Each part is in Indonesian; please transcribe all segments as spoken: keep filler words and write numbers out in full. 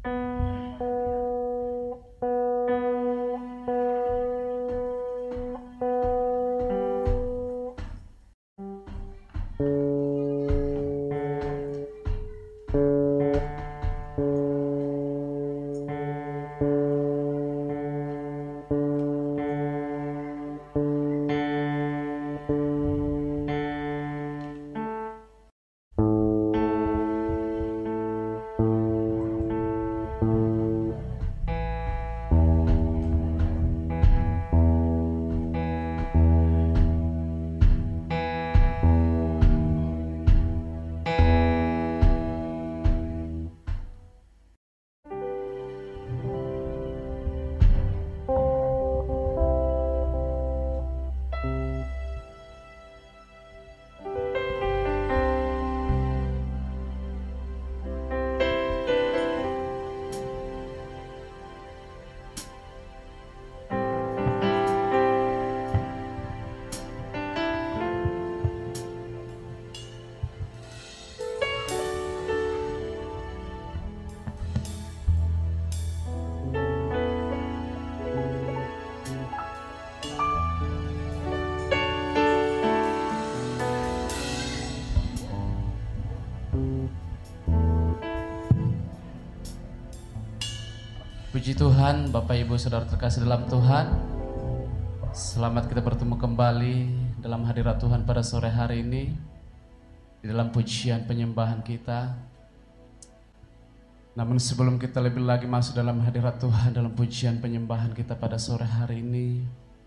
Puji Tuhan, Bapak Ibu Saudara terkasih dalam Tuhan. Selamat kita bertemu kembali dalam hadirat Tuhan pada sore hari ini, di dalam pujian penyembahan kita. Namun sebelum kita lebih lagi masuk dalam hadirat Tuhan, dalam pujian penyembahan kita pada sore hari ini,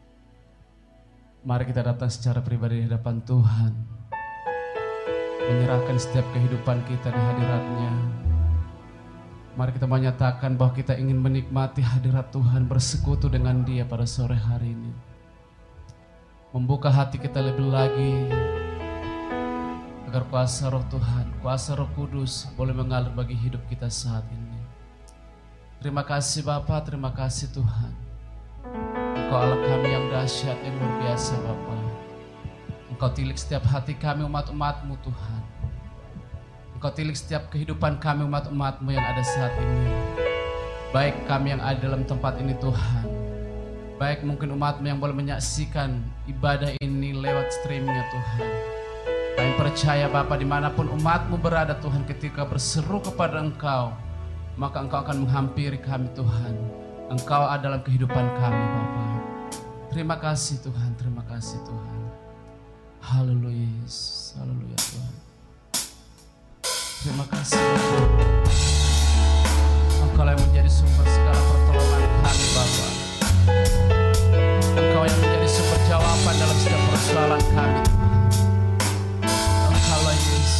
mari kita datang secara pribadi di hadapan Tuhan, menyerahkan setiap kehidupan kita di hadirat-Nya. Mari kita menyatakan bahwa kita ingin menikmati hadirat Tuhan, bersekutu dengan Dia pada sore hari ini. Membuka hati kita lebih lagi, agar kuasa roh Tuhan, kuasa roh kudus boleh mengalir bagi hidup kita saat ini. Terima kasih Bapa, terima kasih Tuhan. Engkau Allah kami yang dahsyat, yang luar biasa Bapa. Engkau tilik setiap hati kami umat-umat-Mu Tuhan. Engkau tilik setiap kehidupan kami umat-umat-Mu yang ada saat ini. Baik kami yang ada dalam tempat ini Tuhan, baik mungkin umat-Mu yang boleh menyaksikan ibadah ini lewat streamingnya Tuhan. Kami percaya Bapa, dimanapun umat-Mu berada Tuhan, ketika berseru kepada Engkau, maka Engkau akan menghampiri kami Tuhan. Engkau ada dalam kehidupan kami Bapa. Terima kasih Tuhan, terima kasih Tuhan. Haleluya, haleluya Tuhan. Terima kasih Bapa. Engkau yang menjadi sumber segala pertolongan kami Bapa. Engkau yang menjadi sumber jawaban dalam setiap persoalan kami Tuhan. Engkaulah Yesus,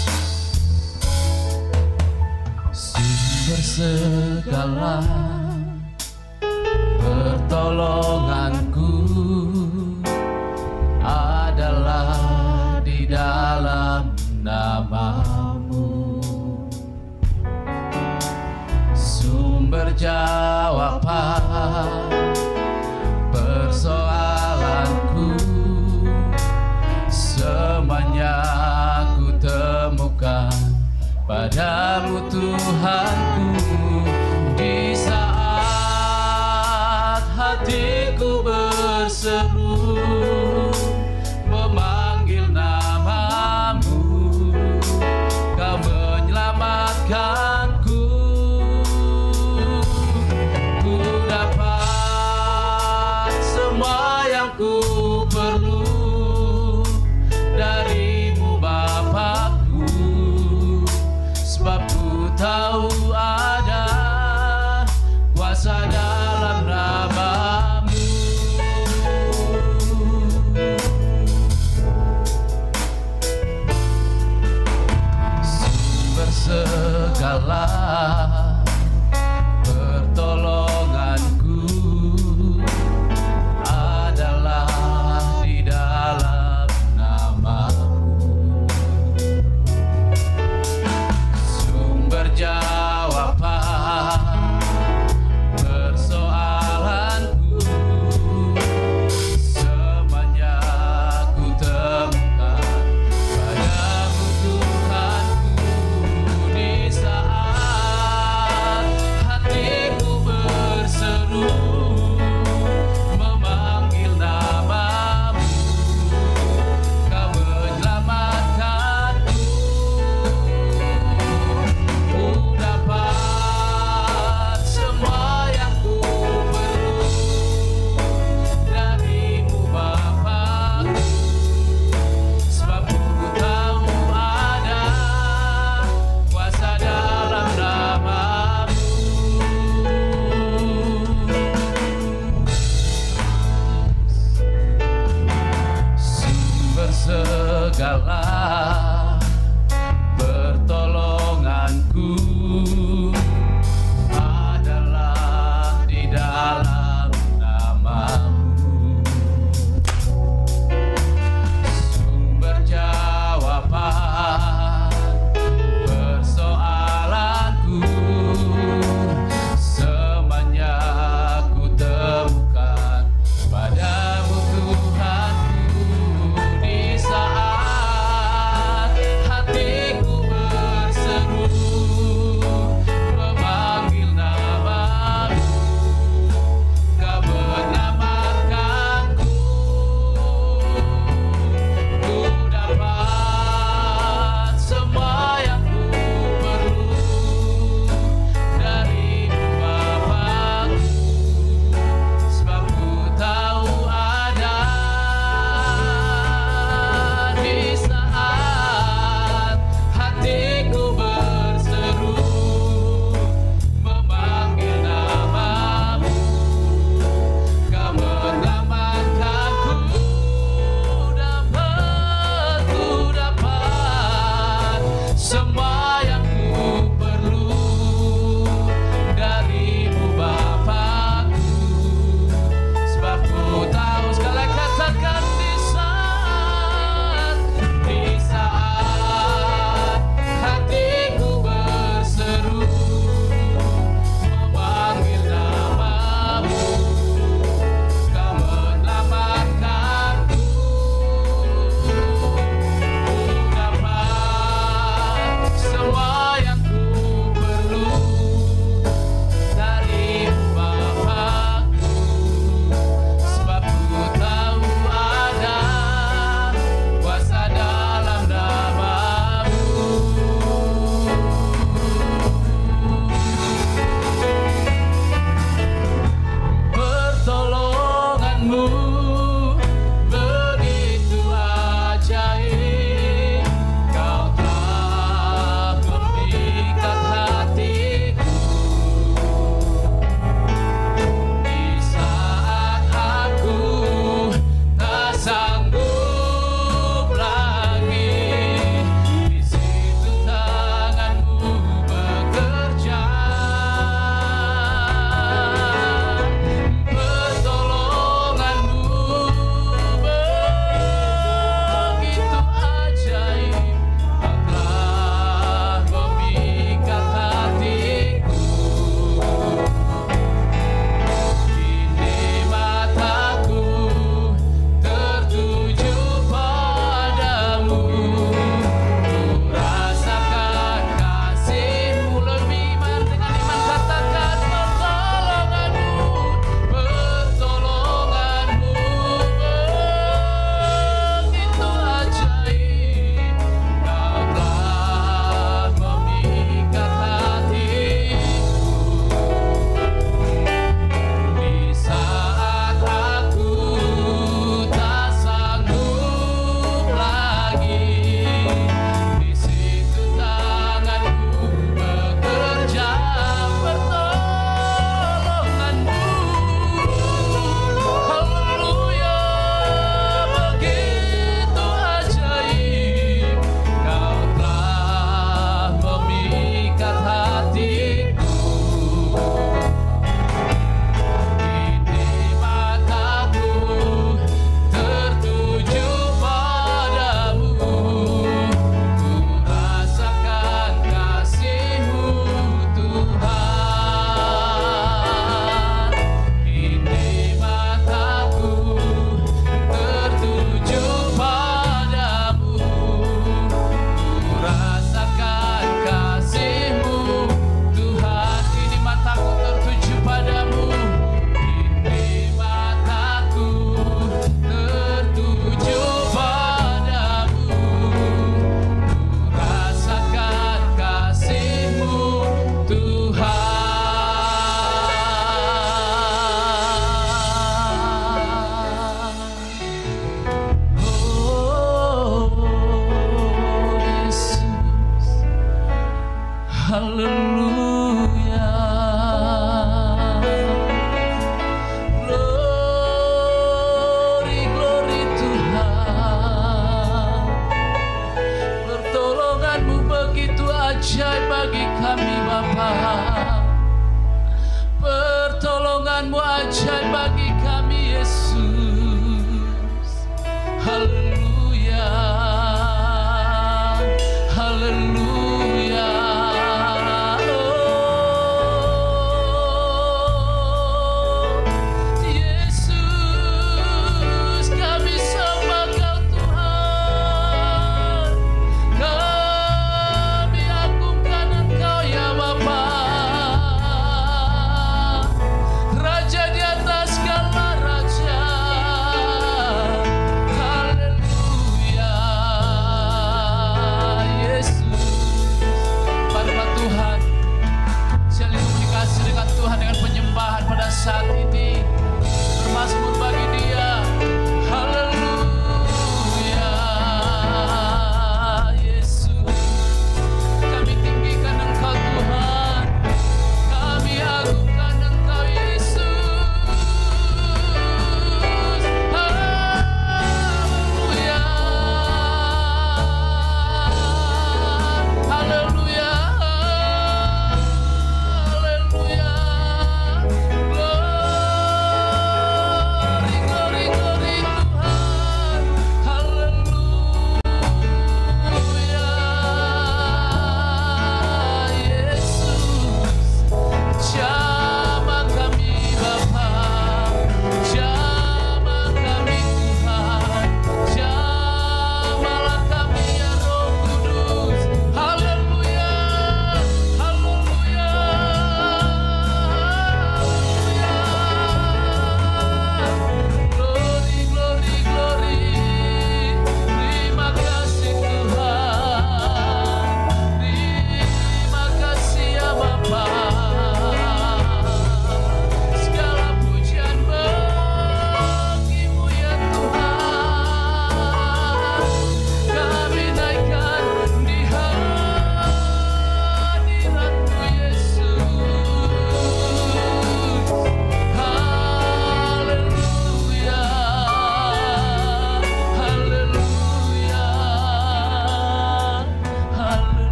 sumber segala pertolonganku adalah di dalam nama-Mu. Berjawaban persoalanku, semuanya ku temukan padamu Tuhanku. Di saat hatiku berseru memanggil nama-Mu, Kau menyelamatkanku. Ku perlu darimu Bapakku, sebab ku tahu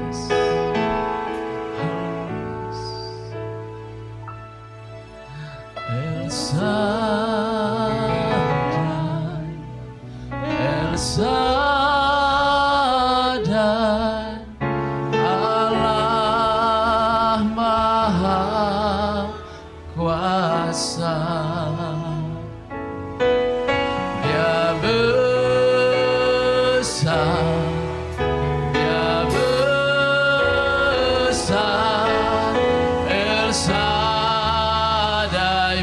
El Shaddai, El Shaddai, Allah Maha Kuasa. Dia besar, Dia besar, El Shaddai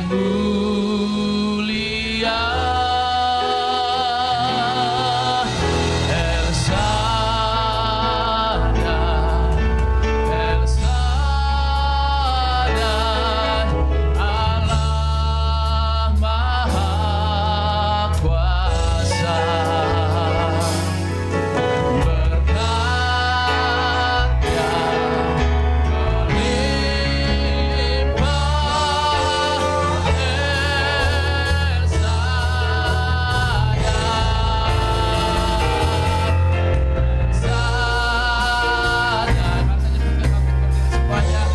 mulia, El Shaddai, El Shaddai, Allah Maha Kuasa. Berkatnya melimpah, El Shaddai, El Shaddai. Mari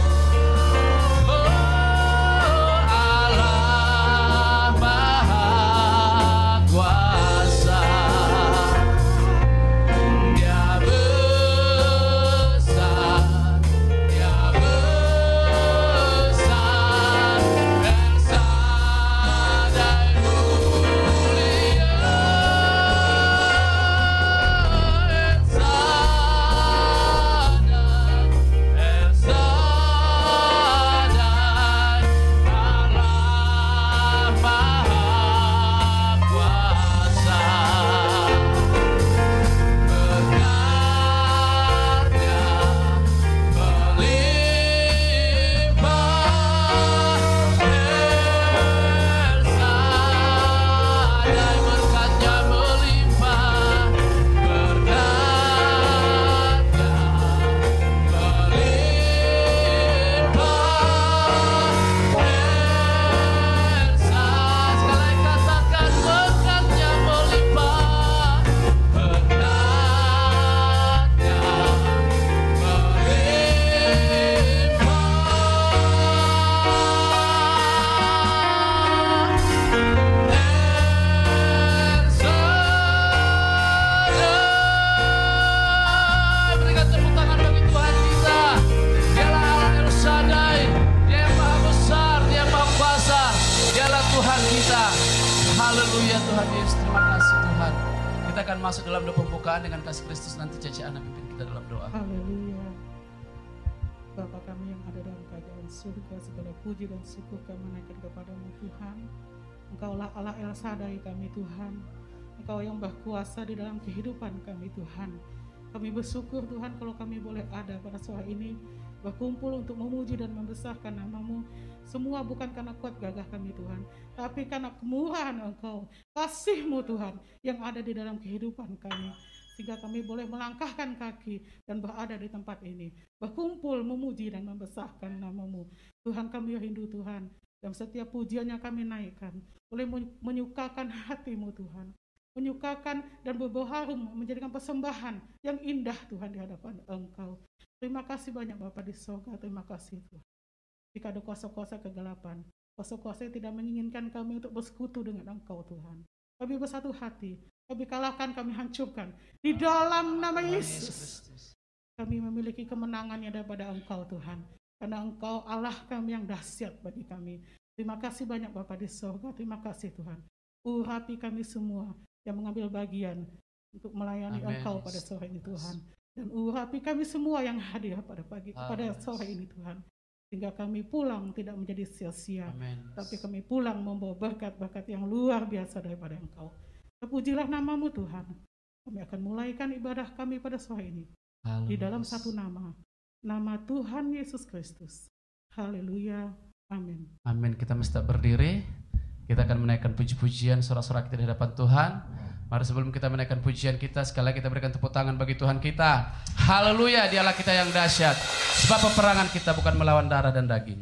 Haleluya Tuhan Yesus, terima kasih Tuhan. Kita akan masuk dalam doa pembukaan dengan kasih Kristus, nanti Cici Ana pimpin kita dalam doa. Haleluya. Bapa kami yang ada dalam kerajaan surga, segala puji dan syukur kami naikkan kepadamu Tuhan. Engkaulah Allah El Shaddai kami Tuhan. Engkau yang berkuasa di dalam kehidupan kami Tuhan. Kami bersyukur Tuhan kalau kami boleh ada pada sore ini, berkumpul untuk memuji dan membesarkan nama-Mu. Semua bukan karena kuat gagah kami Tuhan, tapi karena kemurahan Engkau, kasih-Mu Tuhan yang ada di dalam kehidupan kami. Sehingga kami boleh melangkahkan kaki dan berada di tempat ini, berkumpul memuji dan membesarkan nama-Mu. Tuhan, kami rindu Tuhan, dan setiap pujiannya kami naikkan, boleh menyukakan hati-Mu Tuhan, menyukakan dan berharum, menjadikan persembahan yang indah Tuhan di hadapan Engkau. Terima kasih banyak Bapa di surga, terima kasih Tuhan. Jika ada kuasa-kuasa kegelapan, kuasa-kuasa yang tidak menginginkan kami untuk bersekutu dengan Engkau Tuhan, kami bersatu hati, kami kalahkan, kami hancurkan di dalam nama Yesus. Kami memiliki kemenangannya daripada Engkau Tuhan, karena Engkau Allah kami yang dahsyat bagi kami. Terima kasih banyak Bapa di surga, terima kasih Tuhan. Urapi kami semua yang mengambil bagian untuk melayani Amen. Engkau pada sore ini Tuhan, dan urapi kami semua yang hadir pada pagi Amen. Pada sore ini Tuhan, sehingga kami pulang tidak menjadi sia-sia, tapi kami pulang membawa berkat-berkat yang luar biasa daripada Engkau. Terpujilah nama-Mu Tuhan. Kami akan mulaikan ibadah kami pada sore ini Haleluya. Di dalam satu nama, nama Tuhan Yesus Kristus. Haleluya, amin. Amin. Kita mesti berdiri. Kita akan menaikkan puji-pujian, sorak-sorak kita di hadapan Tuhan. Mari sebelum kita menaikkan pujian kita, sekali lagi kita berikan tepuk tangan bagi Tuhan kita. Haleluya, Dialah kita yang dahsyat. Sebab peperangan kita bukan melawan darah dan daging.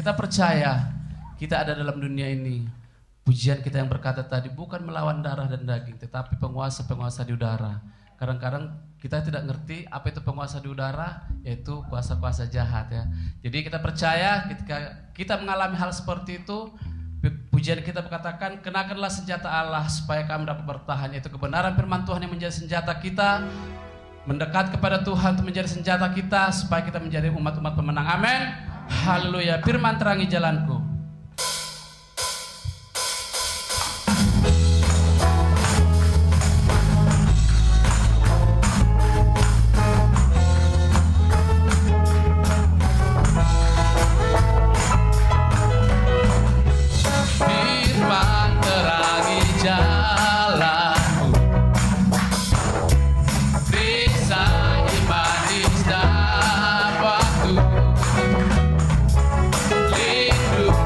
kita percaya kita ada dalam dunia ini. Pujian kita yang berkata tadi bukan melawan darah dan daging, tetapi penguasa-penguasa di udara. Kadang-kadang kita tidak ngerti apa itu penguasa di udara, yaitu kuasa-kuasa jahat ya. Jadi kita percaya ketika kita mengalami hal seperti itu, pujian kita berkatakan, kenakanlah senjata Allah supaya kami dapat bertahan, yaitu kebenaran firman Tuhan yang menjadi senjata kita. Mendekat kepada Tuhan untuk menjadi senjata kita supaya kita menjadi umat-umat pemenang. Amin. Haleluya. Firman terangi jalanku. Firman terangi jalanku. Perisai manis dan waktu. Lindungi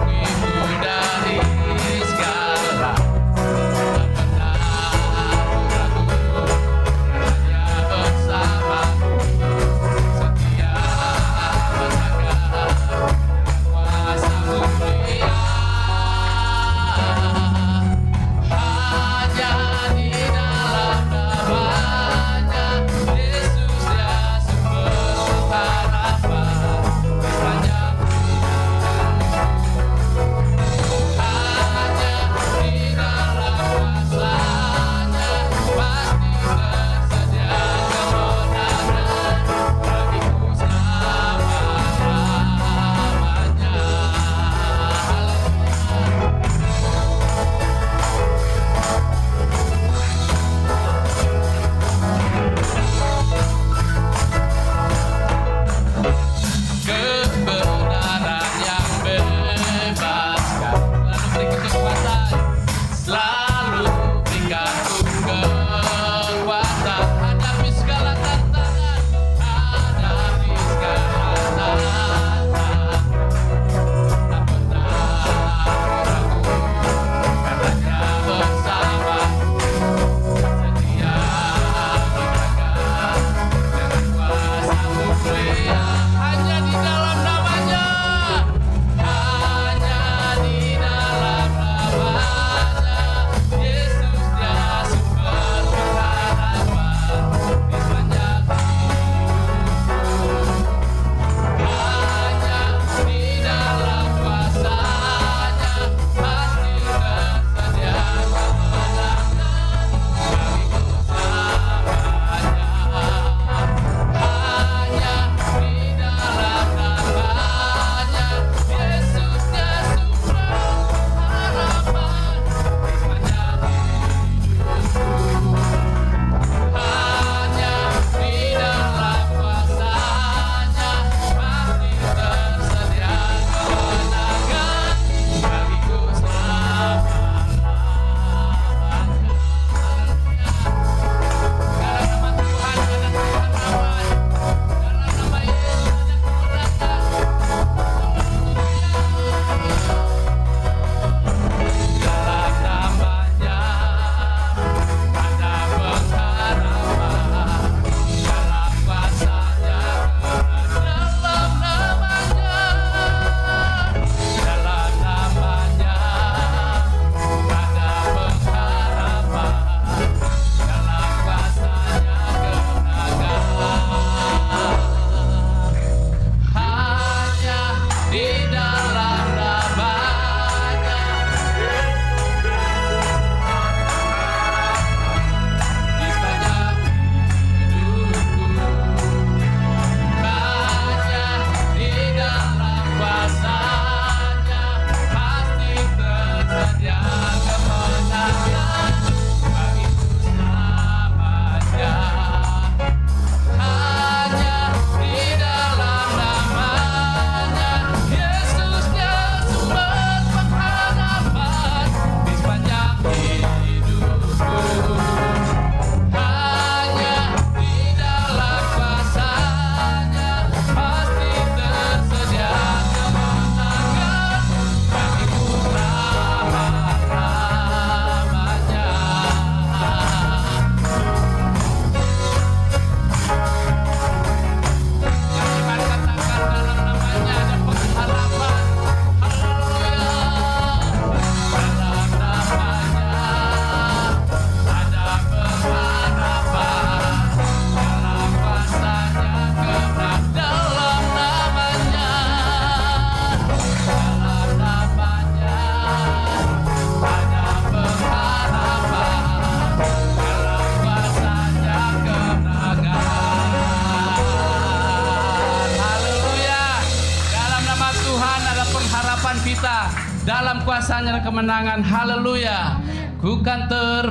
dalam kuasa-Nya dan kemenangan. Haleluya. Ku kan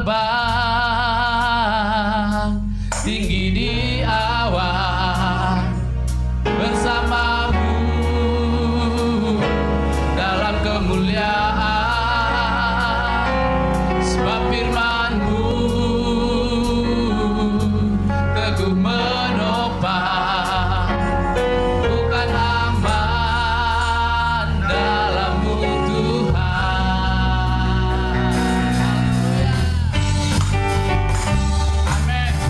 terbang tinggi di awan bersamamu dalam kemuliaan, sebab firman-Mu teguh menopang, bukan aman dalam-Mu Tuhan. Amin.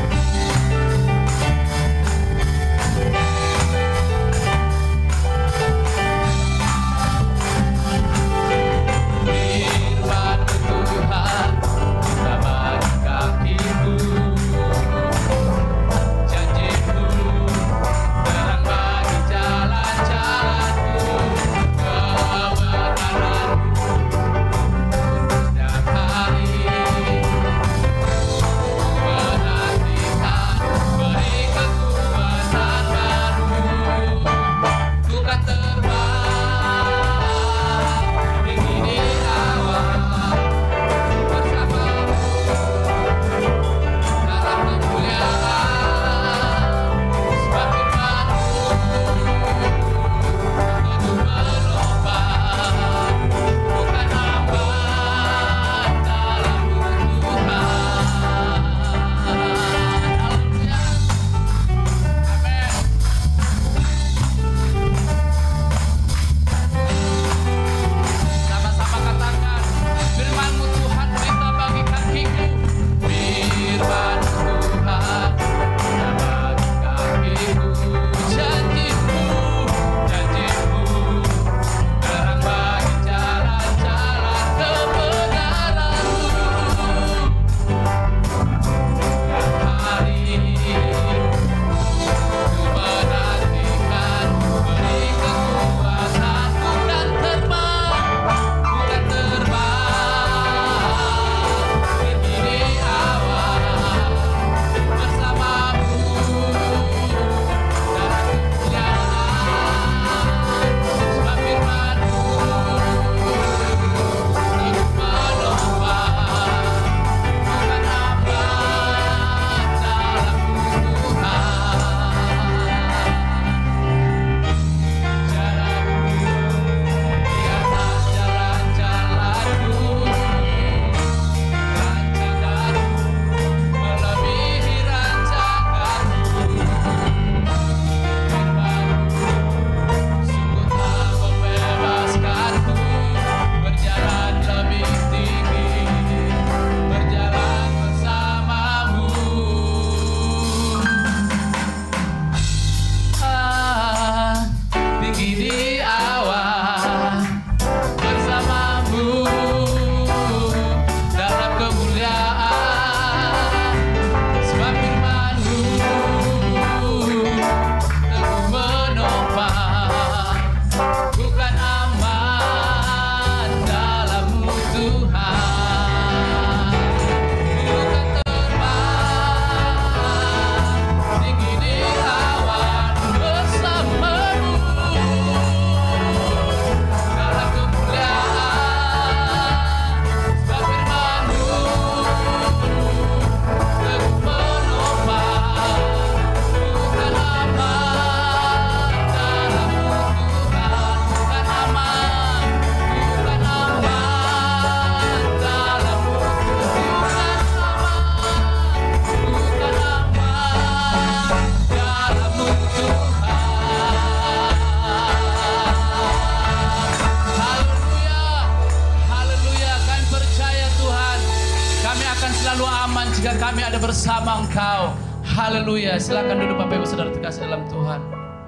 jika kami ada bersama Engkau. Haleluya. Silakan duduk Bapak Ibu Saudara terkasih dalam Tuhan.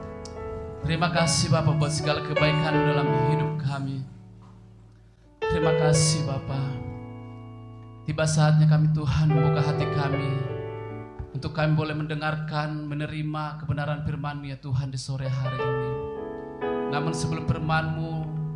Terima kasih Bapak buat segala kebaikan dalam hidup kami. Terima kasih Bapak. Tiba saatnya kami Tuhan membuka hati kami untuk kami boleh mendengarkan, menerima kebenaran firman-Mu ya Tuhan di sore hari ini. Namun sebelum firman-Mu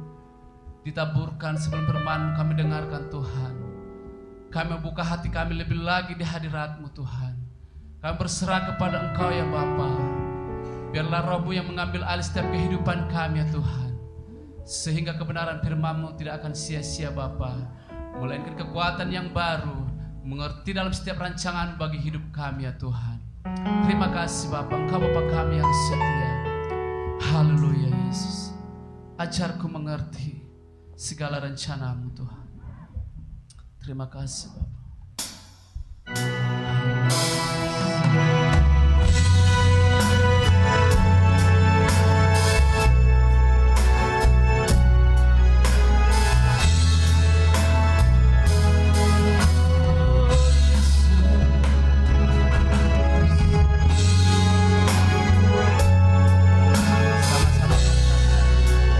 ditaburkan, sebelum firman-Mu kami dengarkan Tuhan, kami membuka hati kami lebih lagi di hadirat-Mu Tuhan. Kami berserah kepada Engkau ya Bapa. Biarlah Roh-Mu yang mengambil alih setiap kehidupan kami ya Tuhan. sehingga kebenaran firman-Mu tidak akan sia-sia Bapa, melainkan kekuatan yang baru, mengerti dalam setiap rancangan bagi hidup kami ya Tuhan. Terima kasih Bapa, Engkau Bapa kami yang setia. Haleluya Yesus. Ajarku mengerti segala rencana-Mu Tuhan. Terima kasih Bapa.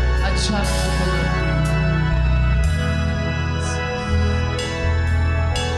Ajarku mengerti.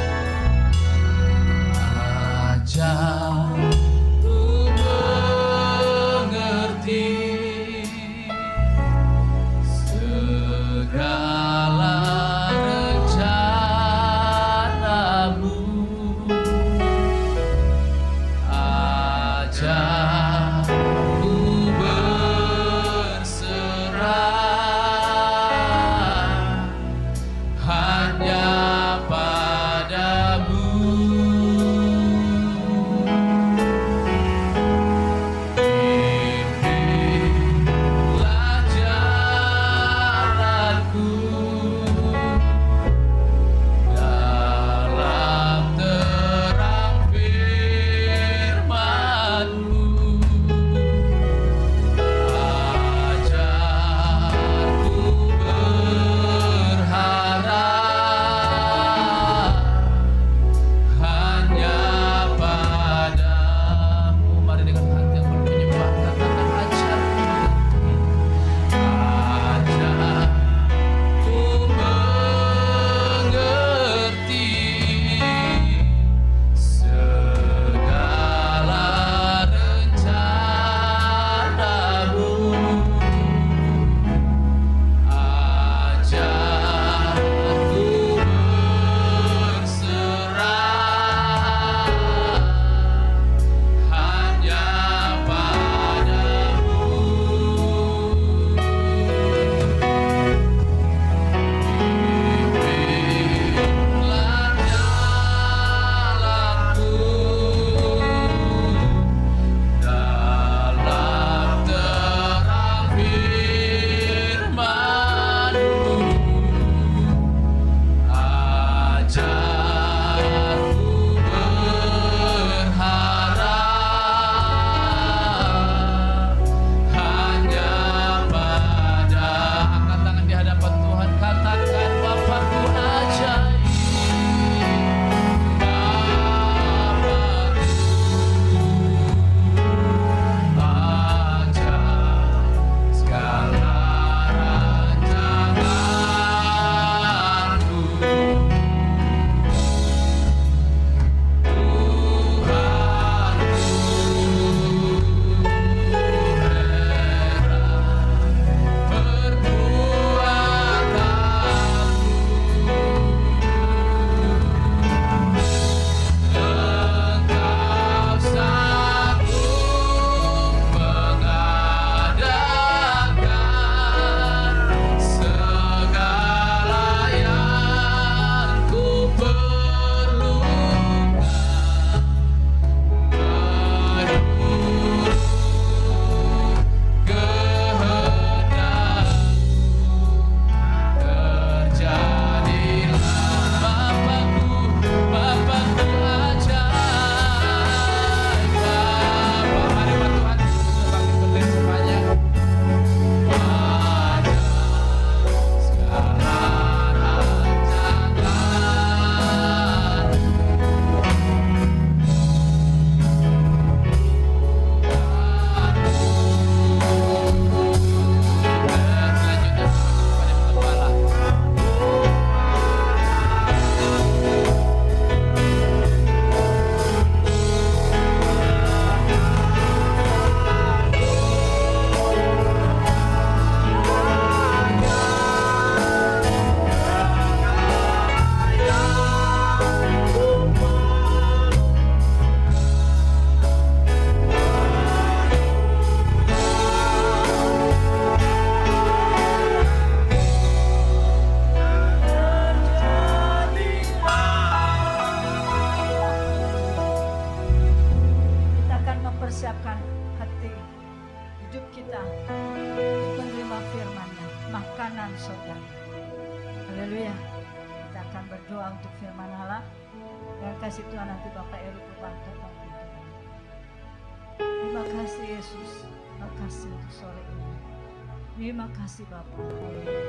Haleluya. Kita akan berdoa untuk firman Allah. Dan kasih Tuhan nanti Bapak Eru bantu kami. Terima kasih Yesus. Terima kasih untuk sore ini. Terima kasih Bapak. Haleluya.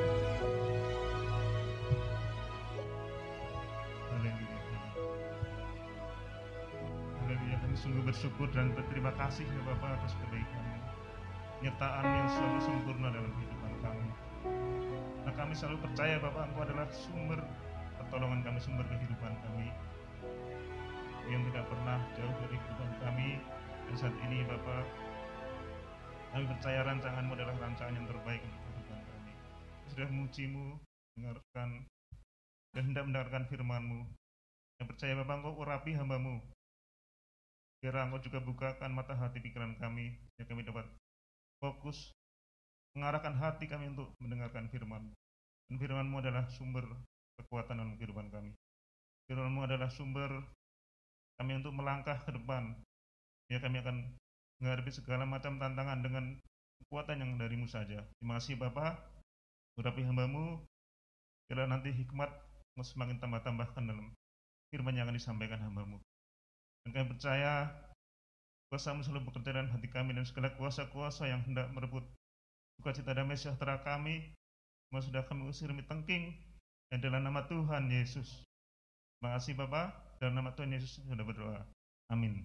Haleluya. Kami sungguh bersyukur dan berterima kasih ya Bapak atas kebaikan-Mu, nyertaan yang selalu sempurna dalam kehidupan kami. Nah, kami selalu percaya Bapak Engkau adalah sumber pertolongan kami, sumber kehidupan kami yang tidak pernah jauh dari kehidupan kami. Dan saat ini Bapak, kami percaya rancangan-Mu adalah rancangan yang terbaik untuk kehidupan kami. Sudah memuji-Mu, mendengarkan dan hendak mendengarkan firman-Mu. Yang percaya Bapak, Engkau urapi hamba-Mu. Biar Engkau juga bukakan mata hati pikiran kami, supaya kami dapat fokus, mengarahkan hati kami untuk mendengarkan firman-Mu. Dan firman-Mu adalah sumber kekuatan dalam kehidupan kami. Firman-Mu adalah sumber kami untuk melangkah ke depan. Ya, kami akan menghadapi segala macam tantangan dengan kekuatan yang dari-Mu saja. Terima kasih Bapak, urapi hamba-Mu, biarlah nanti hikmat semakin tambah-tambahkan dalam firman yang akan disampaikan hamba-Mu. Dan kami percaya kuasa-Mu selalu bekerja dalam hati kami, dan segala kuasa-kuasa yang hendak merebut sukacita damai sejahtera kami, semua sudah kami usir demi tengking, dan dalam nama Tuhan Yesus. Terima kasih Bapak, dalam nama Tuhan Yesus sudah berdoa. Amin.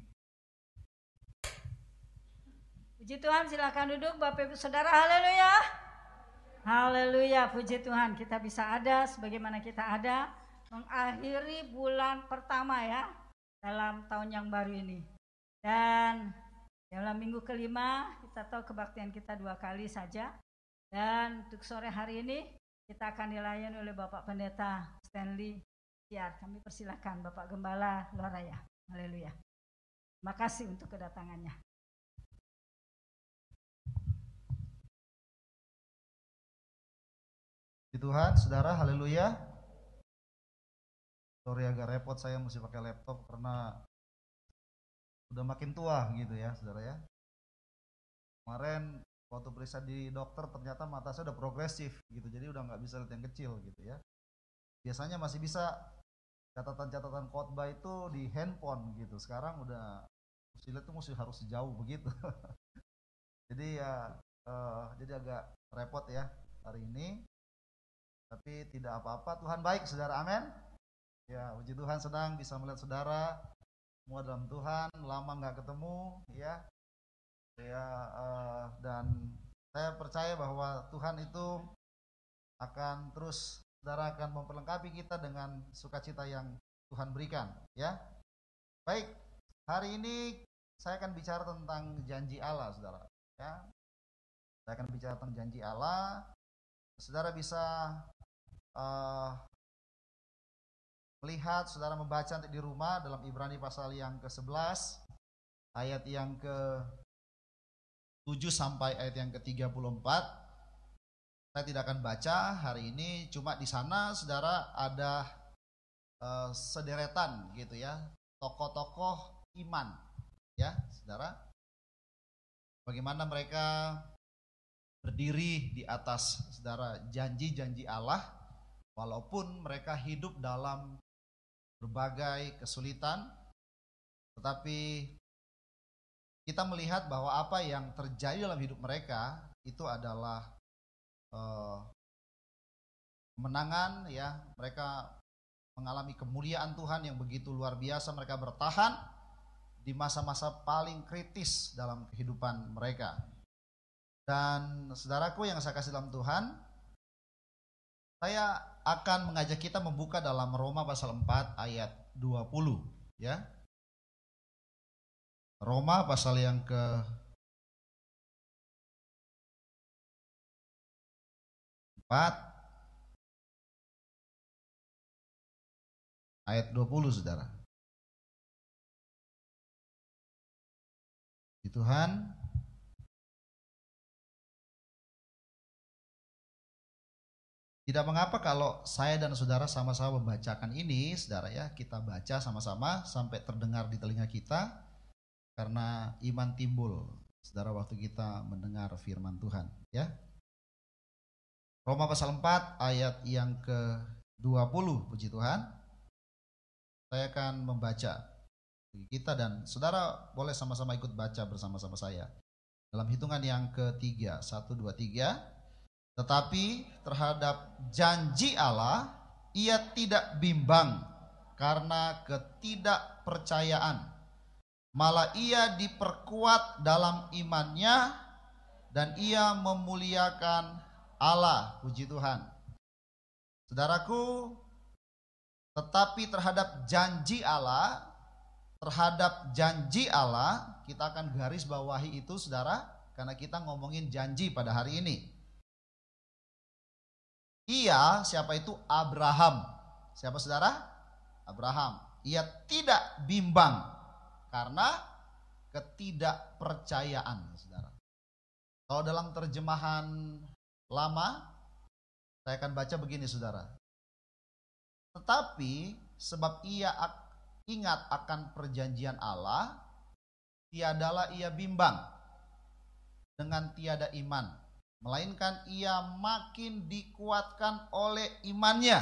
Puji Tuhan, silakan duduk Bapak Ibu Saudara. Haleluya. Haleluya, puji Tuhan, kita bisa ada sebagaimana kita ada mengakhiri bulan pertama ya dalam tahun yang baru ini. Dan dalam minggu kelima kita tahu kebaktian kita dua kali saja. Dan untuk sore hari ini kita akan dilayani oleh Bapak Pendeta Stanley Siar. Kami persilakan Bapak Gembala Loraya. Haleluya. Terima kasih untuk kedatangannya. Puji Tuhan, saudara, haleluya. Sorry agak repot saya mesti pakai laptop karena udah makin tua gitu ya, saudara ya. Kemarin waktu periksa di dokter ternyata mata saya udah progresif gitu, jadi udah nggak bisa lihat yang kecil gitu ya. Biasanya masih bisa catatan-catatan khotbah itu di handphone gitu, sekarang udah mesti lihat tuh mesti harus sejauh begitu. Jadi ya eh, jadi agak repot ya hari ini. Tapi tidak apa-apa, Tuhan baik saudara, amin. Ya, puji Tuhan, senang bisa melihat saudara semua dalam Tuhan, lama nggak ketemu ya. Ya uh, dan saya percaya bahwa Tuhan itu akan terus, saudara akan memperlengkapi kita dengan sukacita yang Tuhan berikan ya. Baik, hari ini saya akan bicara tentang janji Allah saudara ya. Saya akan bicara tentang janji Allah. Saudara bisa Uh, melihat, saudara membaca di rumah dalam Ibrani pasal yang ke sebelas ayat yang ke tujuh sampai ayat yang ke tiga puluh empat. Saya tidak akan baca hari ini, cuma di sana saudara ada uh, sederetan gitu ya, tokoh-tokoh iman ya saudara, bagaimana mereka berdiri di atas saudara janji-janji Allah walaupun mereka hidup dalam berbagai kesulitan, tetapi kita melihat bahwa apa yang terjadi dalam hidup mereka itu adalah eh, kemenangan ya. Mereka mengalami kemuliaan Tuhan yang begitu luar biasa. Mereka bertahan di masa-masa paling kritis dalam kehidupan mereka. Dan saudaraku yang saya kasih dalam Tuhan, saya akan mengajak kita membuka dalam Roma pasal empat ayat dua puluh ya. Roma pasal yang ke empat ayat dua puluh saudara. Di Tuhan, tidak mengapa kalau saya dan saudara sama-sama membacakan ini, saudara ya, kita baca sama-sama sampai terdengar di telinga kita, karena iman timbul, saudara, waktu kita mendengar firman Tuhan, ya. Roma pasal empat ayat yang ke dua puluh, puji Tuhan. Saya akan membaca bagi kita dan saudara boleh sama-sama ikut baca bersama-sama saya. Dalam hitungan yang ketiga, satu, dua, tiga. Tetapi terhadap janji Allah, ia tidak bimbang karena ketidakpercayaan. Malah ia diperkuat dalam imannya dan ia memuliakan Allah, puji Tuhan. Saudaraku, tetapi terhadap janji Allah, terhadap janji Allah, kita akan garis bawahi itu saudara, karena kita ngomongin janji pada hari ini. Ia, siapa itu? Abraham. Siapa saudara? Abraham. Ia tidak bimbang karena ketidakpercayaan, saudara. Kalau dalam terjemahan lama, saya akan baca begini saudara. Tetapi sebab ia ingat akan perjanjian Allah, tiadalah ia bimbang dengan tiada iman, melainkan ia makin dikuatkan oleh imannya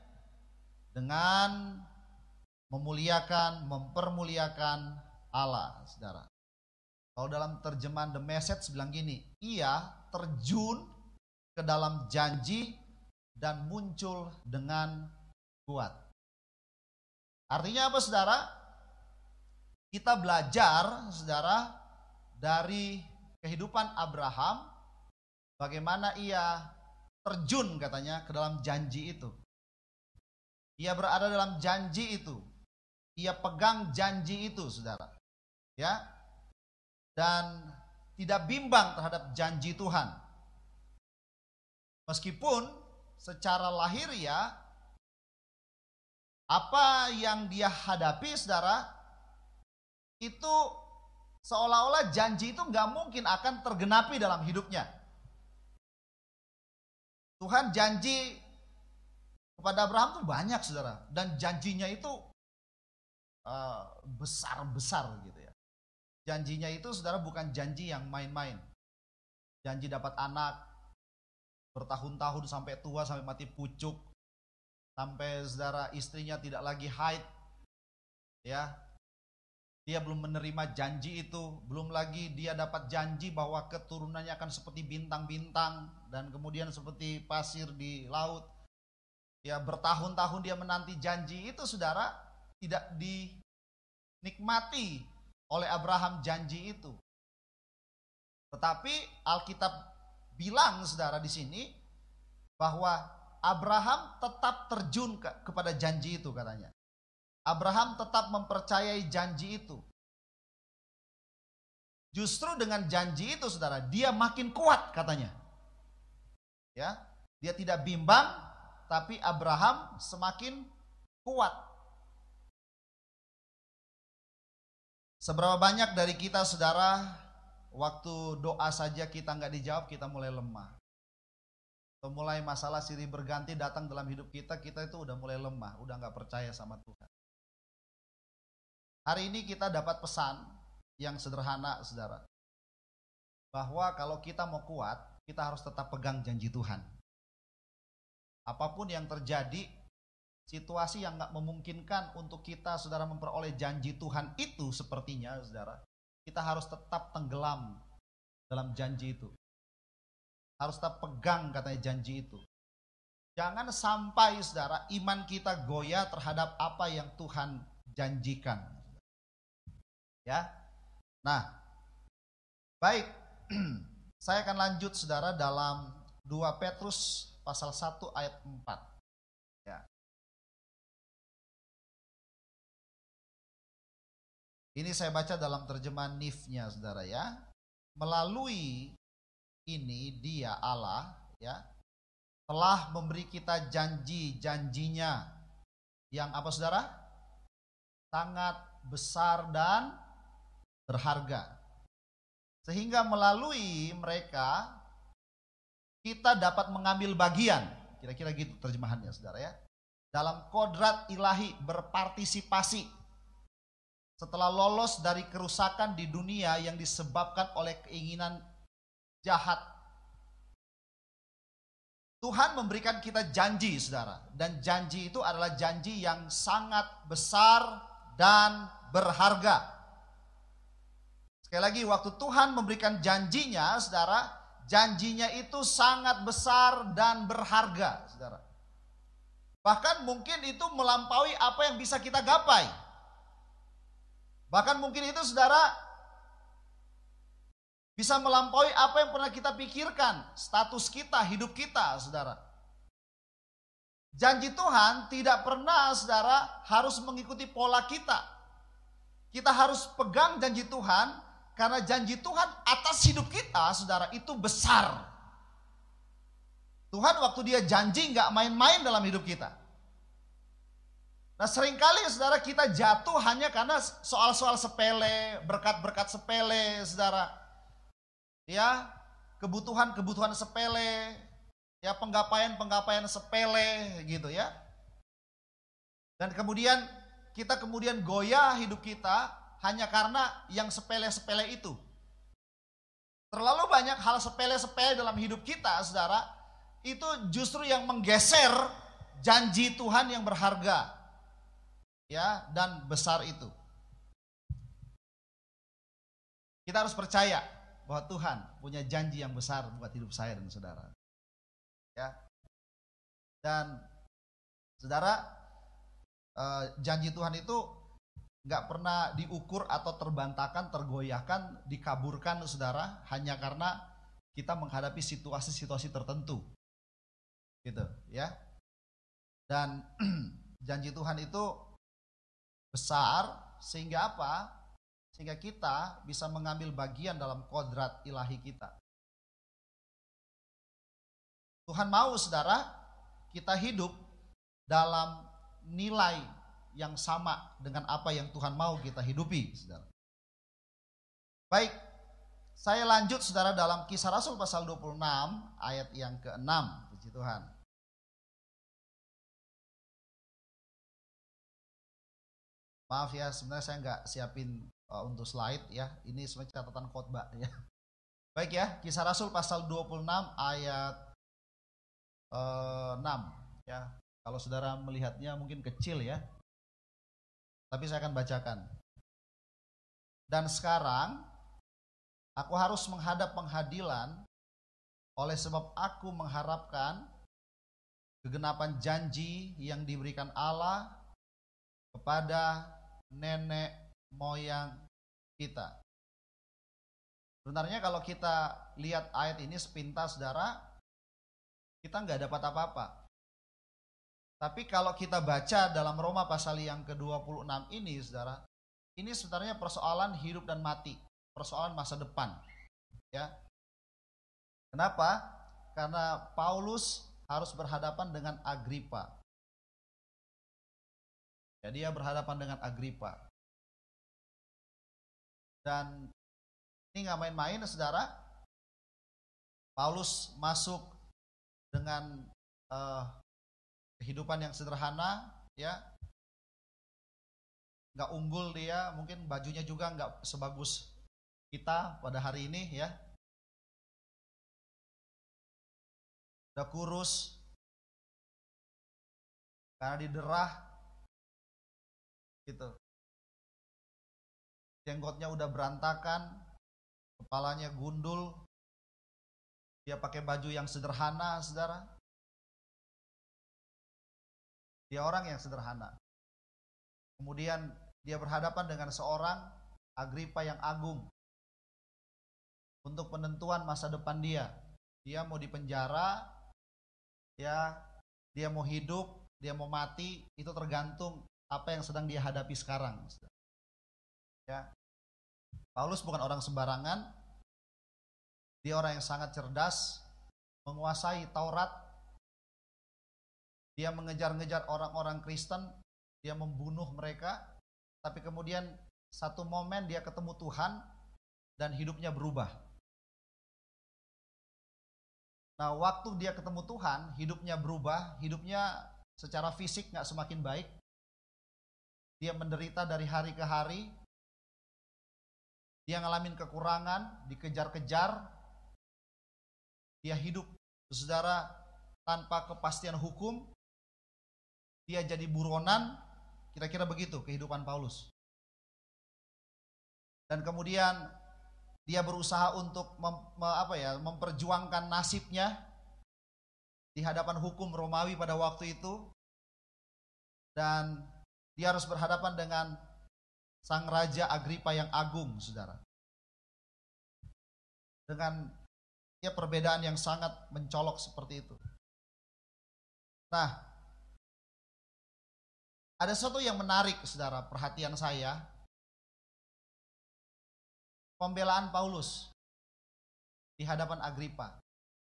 dengan memuliakan, mempermuliakan Allah, saudara. Kalau dalam terjemahan The Message bilang gini, ia terjun ke dalam janji dan muncul dengan kuat. Artinya apa saudara? Kita belajar saudara dari kehidupan Abraham, bagaimana ia terjun katanya ke dalam janji itu. Ia berada dalam janji itu. Ia pegang janji itu saudara. Ya. Dan tidak bimbang terhadap janji Tuhan. Meskipun secara lahiriah apa yang dia hadapi saudara itu seolah-olah janji itu nggak mungkin akan tergenapi dalam hidupnya. Tuhan janji kepada Abraham tuh banyak saudara, dan janjinya itu uh, besar-besar gitu ya. Janjinya itu saudara bukan janji yang main-main. Janji dapat anak bertahun-tahun sampai tua, sampai mati pucuk, sampai saudara istrinya tidak lagi haid, ya. Dia belum menerima janji itu, belum lagi dia dapat janji bahwa keturunannya akan seperti bintang-bintang dan kemudian seperti pasir di laut. Ya, bertahun-tahun dia menanti janji itu saudara, tidak dinikmati oleh Abraham janji itu. Tetapi Alkitab bilang saudara di sini bahwa Abraham tetap terjun ke, kepada janji itu katanya. Abraham tetap mempercayai janji itu. Justru dengan janji itu saudara, dia makin kuat katanya. Ya, dia tidak bimbang, tapi Abraham semakin kuat. Seberapa banyak dari kita saudara, waktu doa saja kita nggak dijawab, kita mulai lemah. Atau mulai masalah silih berganti datang dalam hidup kita, kita itu udah mulai lemah, udah nggak percaya sama Tuhan. Hari ini kita dapat pesan yang sederhana saudara, bahwa kalau kita mau kuat, kita harus tetap pegang janji Tuhan. Apapun yang terjadi, situasi yang gak memungkinkan untuk kita saudara memperoleh janji Tuhan itu sepertinya saudara, kita harus tetap tenggelam dalam janji itu. Harus tetap pegang katanya janji itu. Jangan sampai saudara iman kita goyah terhadap apa yang Tuhan janjikan. Ya. Nah, baik. Saya akan lanjut saudara dalam dua Petrus pasal satu ayat empat. Ya. Ini saya baca dalam terjemahan N I F-nya saudara ya. Melalui ini dia Allah ya telah memberi kita janji-janjinya yang apa saudara? Sangat besar dan berharga. Sehingga melalui mereka kita dapat mengambil bagian, kira-kira gitu terjemahannya saudara ya, dalam kodrat ilahi, berpartisipasi setelah lolos dari kerusakan di dunia yang disebabkan oleh keinginan jahat. Tuhan memberikan kita janji, saudara. Dan janji itu adalah janji yang sangat besar dan berharga. Sekali lagi, waktu Tuhan memberikan janjinya, saudara, janjinya itu sangat besar dan berharga, saudara. Bahkan mungkin itu melampaui apa yang bisa kita gapai. Bahkan mungkin itu, saudara, bisa melampaui apa yang pernah kita pikirkan, status kita, hidup kita, saudara. Janji Tuhan tidak pernah, saudara, harus mengikuti pola kita. Kita harus pegang janji Tuhan, karena janji Tuhan atas hidup kita, saudara, itu besar. Tuhan waktu dia janji nggak main-main dalam hidup kita. Nah seringkali, saudara, kita jatuh hanya karena soal-soal sepele, berkat-berkat sepele, saudara. Ya, kebutuhan-kebutuhan sepele, ya penggapaian-penggapaian sepele gitu ya. Dan kemudian kita kemudian goyah hidup kita hanya karena yang sepele-sepele itu. Terlalu banyak hal sepele-sepele dalam hidup kita, saudara, itu justru yang menggeser janji Tuhan yang berharga, ya, dan besar itu. Kita harus percaya bahwa Tuhan punya janji yang besar buat hidup saya dan saudara. Ya. Dan saudara, eh, janji Tuhan itu nggak pernah diukur atau terbantahkan, tergoyahkan, dikaburkan, saudara, hanya karena kita menghadapi situasi-situasi tertentu. Gitu, ya. Dan janji Tuhan itu besar sehingga apa? Sehingga kita bisa mengambil bagian dalam kodrat ilahi kita. Tuhan mau, saudara, kita hidup dalam nilai yang sama dengan apa yang Tuhan mau kita hidupi, saudara. Baik, saya lanjut, saudara, dalam Kisah Rasul pasal dua puluh enam ayat yang keenam. Puji Tuhan. Maaf ya, sebenarnya saya nggak siapin uh, untuk slide ya. Ini sebenarnya catatan khotbah ya. Baik ya, Kisah Rasul pasal dua puluh enam ayat uh, enam ya. Kalau saudara melihatnya mungkin kecil ya. Tapi saya akan bacakan. Dan sekarang aku harus menghadap pengadilan oleh sebab aku mengharapkan kegenapan janji yang diberikan Allah kepada nenek moyang kita. Sebenarnya kalau kita lihat ayat ini sepintas, saudara, kita nggak dapat apa-apa. Tapi kalau kita baca dalam Roma pasal yang ke dua puluh enam ini, saudara, ini sebenarnya persoalan hidup dan mati, persoalan masa depan. Ya. Kenapa? Karena Paulus harus berhadapan dengan Agripa. Ya, dia berhadapan dengan Agripa. Dan ini nggak main-main, saudara. Paulus masuk dengan uh, kehidupan yang sederhana, ya, nggak unggul dia, mungkin bajunya juga nggak sebagus kita pada hari ini, ya. Udah kurus, karena diderah, gitu. Jenggotnya udah berantakan, kepalanya gundul, dia pakai baju yang sederhana, saudara. Dia orang yang sederhana. Kemudian dia berhadapan dengan seorang Agripa yang agung untuk penentuan masa depan dia. Dia mau dipenjara, ya, dia mau hidup, dia mau mati, itu tergantung apa yang sedang dia hadapi sekarang. Ya. Paulus bukan orang sembarangan. Dia orang yang sangat cerdas, menguasai Taurat. Dia mengejar-ngejar orang-orang Kristen, dia membunuh mereka, tapi kemudian satu momen dia ketemu Tuhan dan hidupnya berubah. Nah, waktu dia ketemu Tuhan, hidupnya berubah, hidupnya secara fisik gak semakin baik. Dia menderita dari hari ke hari. Dia ngalamin kekurangan, dikejar-kejar. Dia hidup, saudara, tanpa kepastian hukum, dia jadi buronan, kira-kira begitu kehidupan Paulus. Dan kemudian dia berusaha untuk mem, me, apa ya, memperjuangkan nasibnya di hadapan hukum Romawi pada waktu itu. Dan dia harus berhadapan dengan sang Raja Agripa yang agung, saudara. Dengan ya perbedaan yang sangat mencolok seperti itu. Nah, ada sesuatu yang menarik, saudara, perhatian saya. Pembelaan Paulus di hadapan Agripa.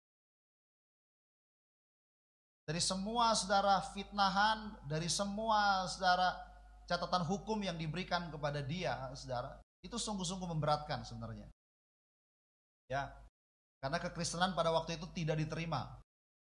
Dari semua saudara fitnahan, dari semua saudara catatan hukum yang diberikan kepada dia, saudara, itu sungguh-sungguh memberatkan sebenarnya. Ya, karena kekristenan pada waktu itu tidak diterima.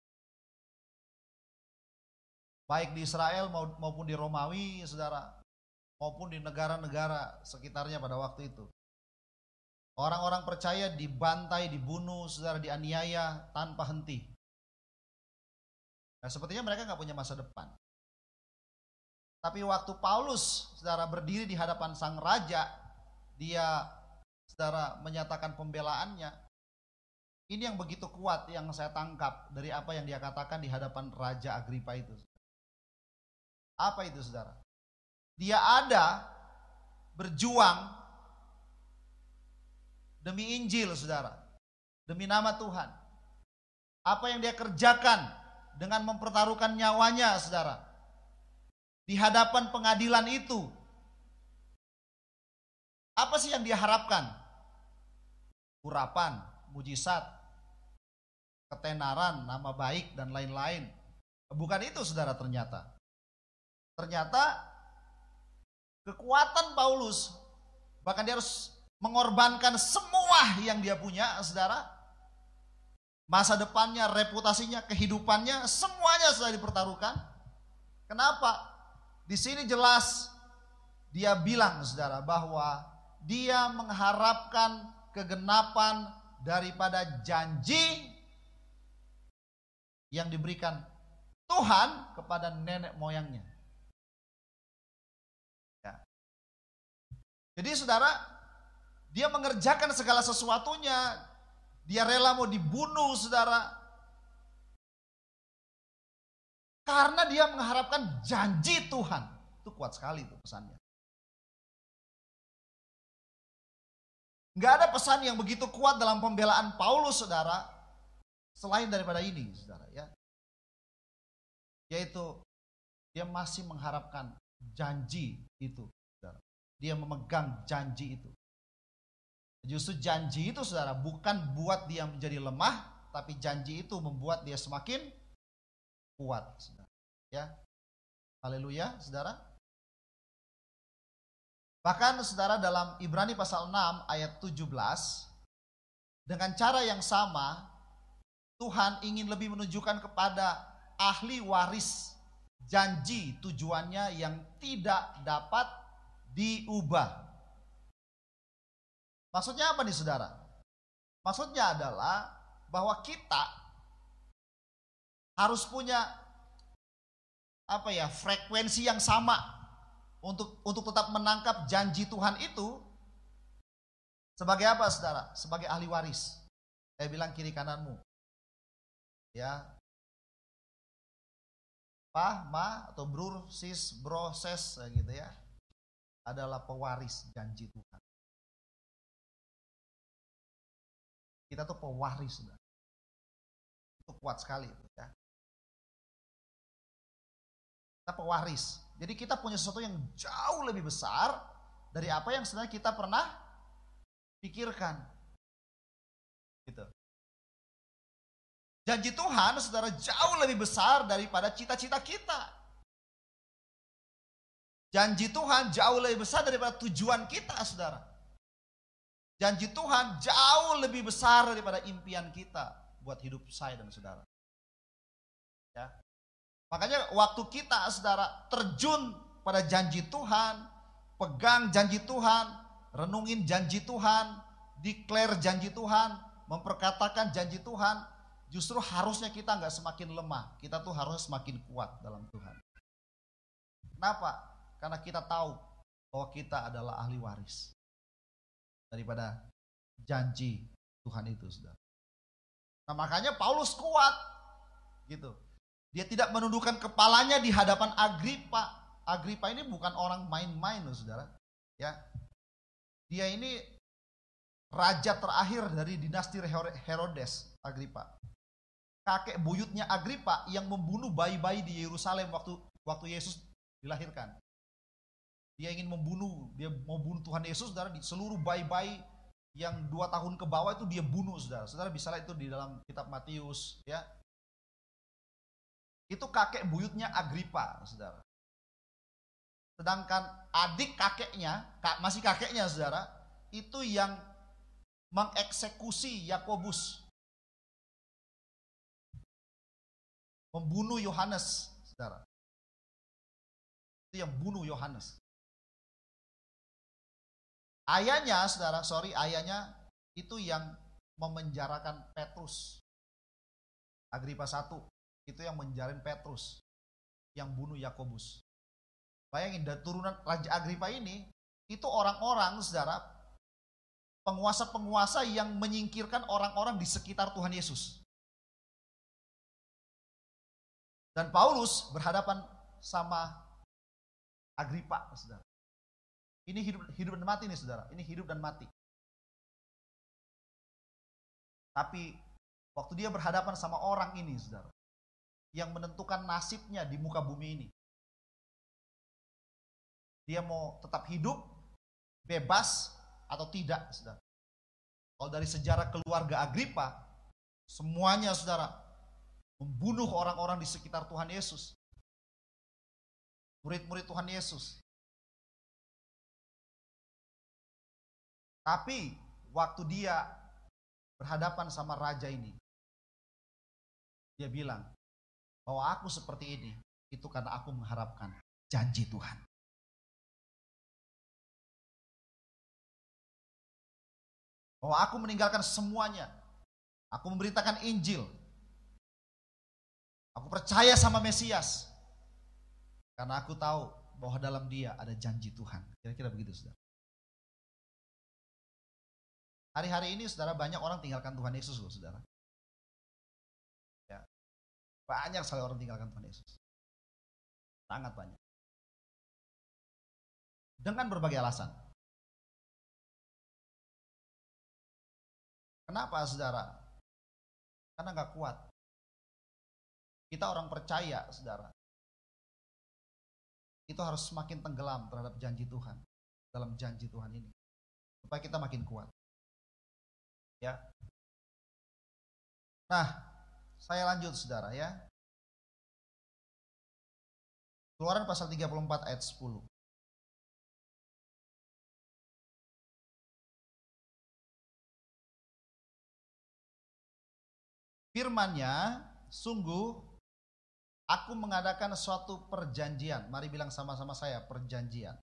Baik di Israel maupun di Romawi, saudara, maupun di negara-negara sekitarnya pada waktu itu. Orang-orang percaya dibantai, dibunuh, saudara, dianiaya tanpa henti. Nah, sepertinya mereka nggak punya masa depan. Tapi waktu Paulus, saudara, berdiri di hadapan sang raja, dia, saudara, menyatakan pembelaannya. Ini yang begitu kuat yang saya tangkap dari apa yang dia katakan di hadapan Raja Agripa itu. Apa itu, saudara? Dia ada berjuang demi Injil, saudara, demi nama Tuhan. Apa yang dia kerjakan dengan mempertaruhkan nyawanya, saudara, di hadapan pengadilan itu. Apa sih yang dia harapkan? Urapan, mujizat, ketenaran, nama baik, dan lain-lain. Bukan itu, saudara, ternyata. Ternyata kekuatan Paulus, bahkan dia harus mengorbankan semua yang dia punya, saudara. Masa depannya, reputasinya, kehidupannya, semuanya sudah dipertaruhkan. Kenapa? Di sini jelas dia bilang, saudara, bahwa dia mengharapkan kegenapan daripada janji yang diberikan Tuhan kepada nenek moyangnya. Ya. Jadi, saudara, dia mengerjakan segala sesuatunya. Dia rela mau dibunuh, saudara. Karena dia mengharapkan janji Tuhan. Itu kuat sekali itu pesannya. Nggak ada pesan yang begitu kuat dalam pembelaan Paulus, saudara, selain daripada ini, saudara, ya. Yaitu dia masih mengharapkan janji itu, saudara. Dia memegang janji itu. Justru janji itu, saudara, bukan buat dia menjadi lemah, tapi janji itu membuat dia semakin kuat, saudara. Ya, haleluya, saudara. Bahkan, saudara, dalam Ibrani pasal enam ayat tujuh belas, dengan cara yang sama, Tuhan ingin lebih menunjukkan kepada ahli waris janji tujuannya yang tidak dapat diubah. Maksudnya apa nih, saudara? Maksudnya adalah bahwa kita harus punya apa ya, frekuensi yang sama untuk untuk tetap menangkap janji Tuhan itu. Sebagai apa, saudara? Sebagai ahli waris. Saya bilang kiri kananmu. Ya. Pa, ma, atau brur, sis, bro, ses, gitu ya. Adalah pewaris janji Tuhan. Kita tuh pewaris, saudara. Itu kuat sekali itu, ya. Kita pewaris. Jadi kita punya sesuatu yang jauh lebih besar dari apa yang sebenarnya kita pernah pikirkan. Gitu. Janji Tuhan, saudara, jauh lebih besar daripada cita-cita kita. Janji Tuhan jauh lebih besar daripada tujuan kita, saudara. Janji Tuhan jauh lebih besar daripada impian kita buat hidup saya dan saudara. Ya. Makanya waktu kita, saudara, terjun pada janji Tuhan, pegang janji Tuhan, renungin janji Tuhan, declare janji Tuhan, memperkatakan janji Tuhan, Justru harusnya kita nggak semakin lemah, kita tuh harus semakin kuat dalam Tuhan. Kenapa? Karena kita tahu bahwa kita adalah ahli waris daripada janji Tuhan itu, saudara. Nah makanya Paulus kuat, gitu. Dia tidak menundukkan kepalanya di hadapan Agripa. Agripa ini bukan orang main-main loh, saudara. Ya, dia ini raja terakhir dari dinasti Herodes, Agripa. Kakek buyutnya Agripa yang membunuh bayi-bayi di Yerusalem waktu waktu Yesus dilahirkan. Dia ingin membunuh, dia mau bunuh Tuhan Yesus, saudara, di seluruh bayi-bayi yang dua tahun ke bawah itu dia bunuh, saudara. Saudara bisa lihat itu di dalam kitab Matius, ya. Itu kakek buyutnya Agripa, saudara. Sedangkan adik kakeknya, masih kakeknya, saudara, itu yang mengeksekusi Yakobus, membunuh Yohanes, saudara. Itu yang bunuh Yohanes. Ayahnya, saudara, sorry, ayahnya itu yang memenjarakan Petrus. Agripa satu, itu yang menjarain Petrus, yang bunuh Yakobus. Bayangin, dari turunan Raja Agripa ini, itu orang-orang, saudara, penguasa-penguasa yang menyingkirkan orang-orang di sekitar Tuhan Yesus. Dan Paulus berhadapan sama Agripa, saudara. Ini hidup, hidup dan mati nih, saudara. Ini hidup dan mati. Tapi waktu dia berhadapan sama orang ini, saudara, yang menentukan nasibnya di muka bumi ini, dia mau tetap hidup, bebas, atau tidak, saudara. Kalau dari sejarah keluarga Agripa, semuanya, saudara, membunuh orang-orang di sekitar Tuhan Yesus. Murid-murid Tuhan Yesus. Tapi waktu dia berhadapan sama raja ini, dia bilang bahwa aku seperti ini, itu karena aku mengharapkan janji Tuhan. Bahwa aku meninggalkan semuanya. Aku memberitakan Injil. Aku percaya sama Mesias. Karena aku tahu bahwa dalam dia ada janji Tuhan. Kira-kira begitu, saudara. Hari-hari ini, saudara, banyak orang tinggalkan Tuhan Yesus loh, saudara. Ya. Banyak sekali orang tinggalkan Tuhan Yesus. Sangat banyak. Dengan berbagai alasan. Kenapa, saudara? Karena gak kuat. Kita orang percaya, saudara, itu harus semakin tenggelam terhadap janji Tuhan. Dalam janji Tuhan ini. Supaya kita makin kuat. Ya. Nah, saya lanjut, saudara, ya. Keluaran pasal tiga puluh empat ayat sepuluh. Firman-Nya, sungguh aku mengadakan suatu perjanjian. Mari bilang sama-sama saya, perjanjian.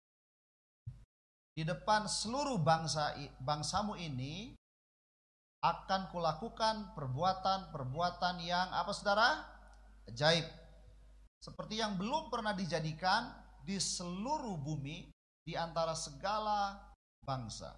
Di depan seluruh bangsa bangsamu ini akan kulakukan perbuatan-perbuatan yang apa, saudara? Ajaib. Seperti yang belum pernah dijadikan di seluruh bumi di antara segala bangsa.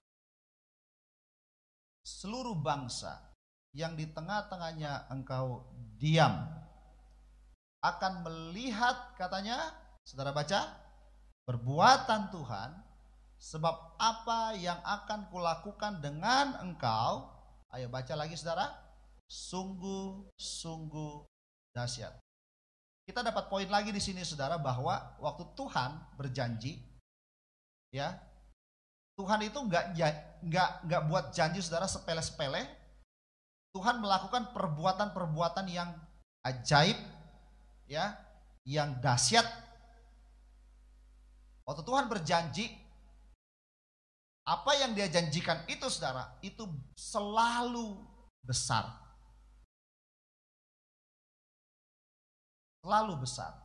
Seluruh bangsa yang di tengah-tengahnya engkau diam akan melihat, katanya, saudara baca, perbuatan Tuhan, sebab apa yang akan kulakukan dengan engkau, ayo baca lagi, saudara, sungguh-sungguh dahsyat. Kita dapat poin lagi di sini, saudara, bahwa waktu Tuhan berjanji, ya, Tuhan itu nggak nggak nggak buat janji, saudara, sepele-sepele. Tuhan melakukan perbuatan-perbuatan yang ajaib, ya, yang dahsyat. Waktu Tuhan berjanji, apa yang dia janjikan itu, saudara, itu selalu besar. Selalu besar.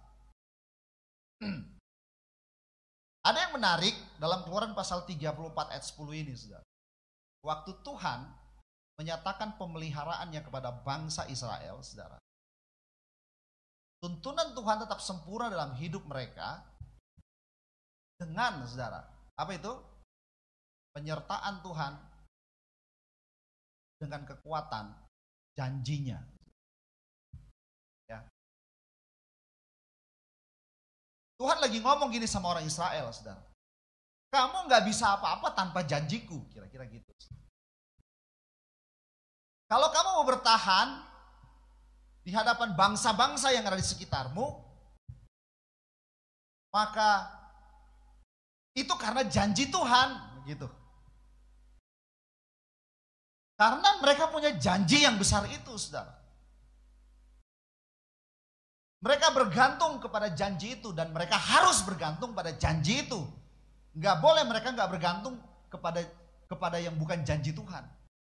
Ada yang menarik dalam Keluaran pasal tiga puluh empat ayat sepuluh ini, saudara. Waktu Tuhan menyatakan pemeliharaannya kepada bangsa Israel, saudara. Tuntunan Tuhan tetap sempurna dalam hidup mereka dengan, saudara, apa itu? Penyertaan Tuhan dengan kekuatan janjinya. Ya. Tuhan lagi ngomong gini sama orang Israel, saudara. Kamu nggak bisa apa-apa tanpa janjiku, kira-kira gitu. Kalau kamu mau bertahan di hadapan bangsa-bangsa yang ada di sekitarmu, maka itu karena janji Tuhan, gitu. Karena mereka punya janji yang besar itu, saudara. Mereka bergantung kepada janji itu dan mereka harus bergantung pada janji itu. Nggak boleh mereka nggak bergantung kepada kepada yang bukan janji Tuhan.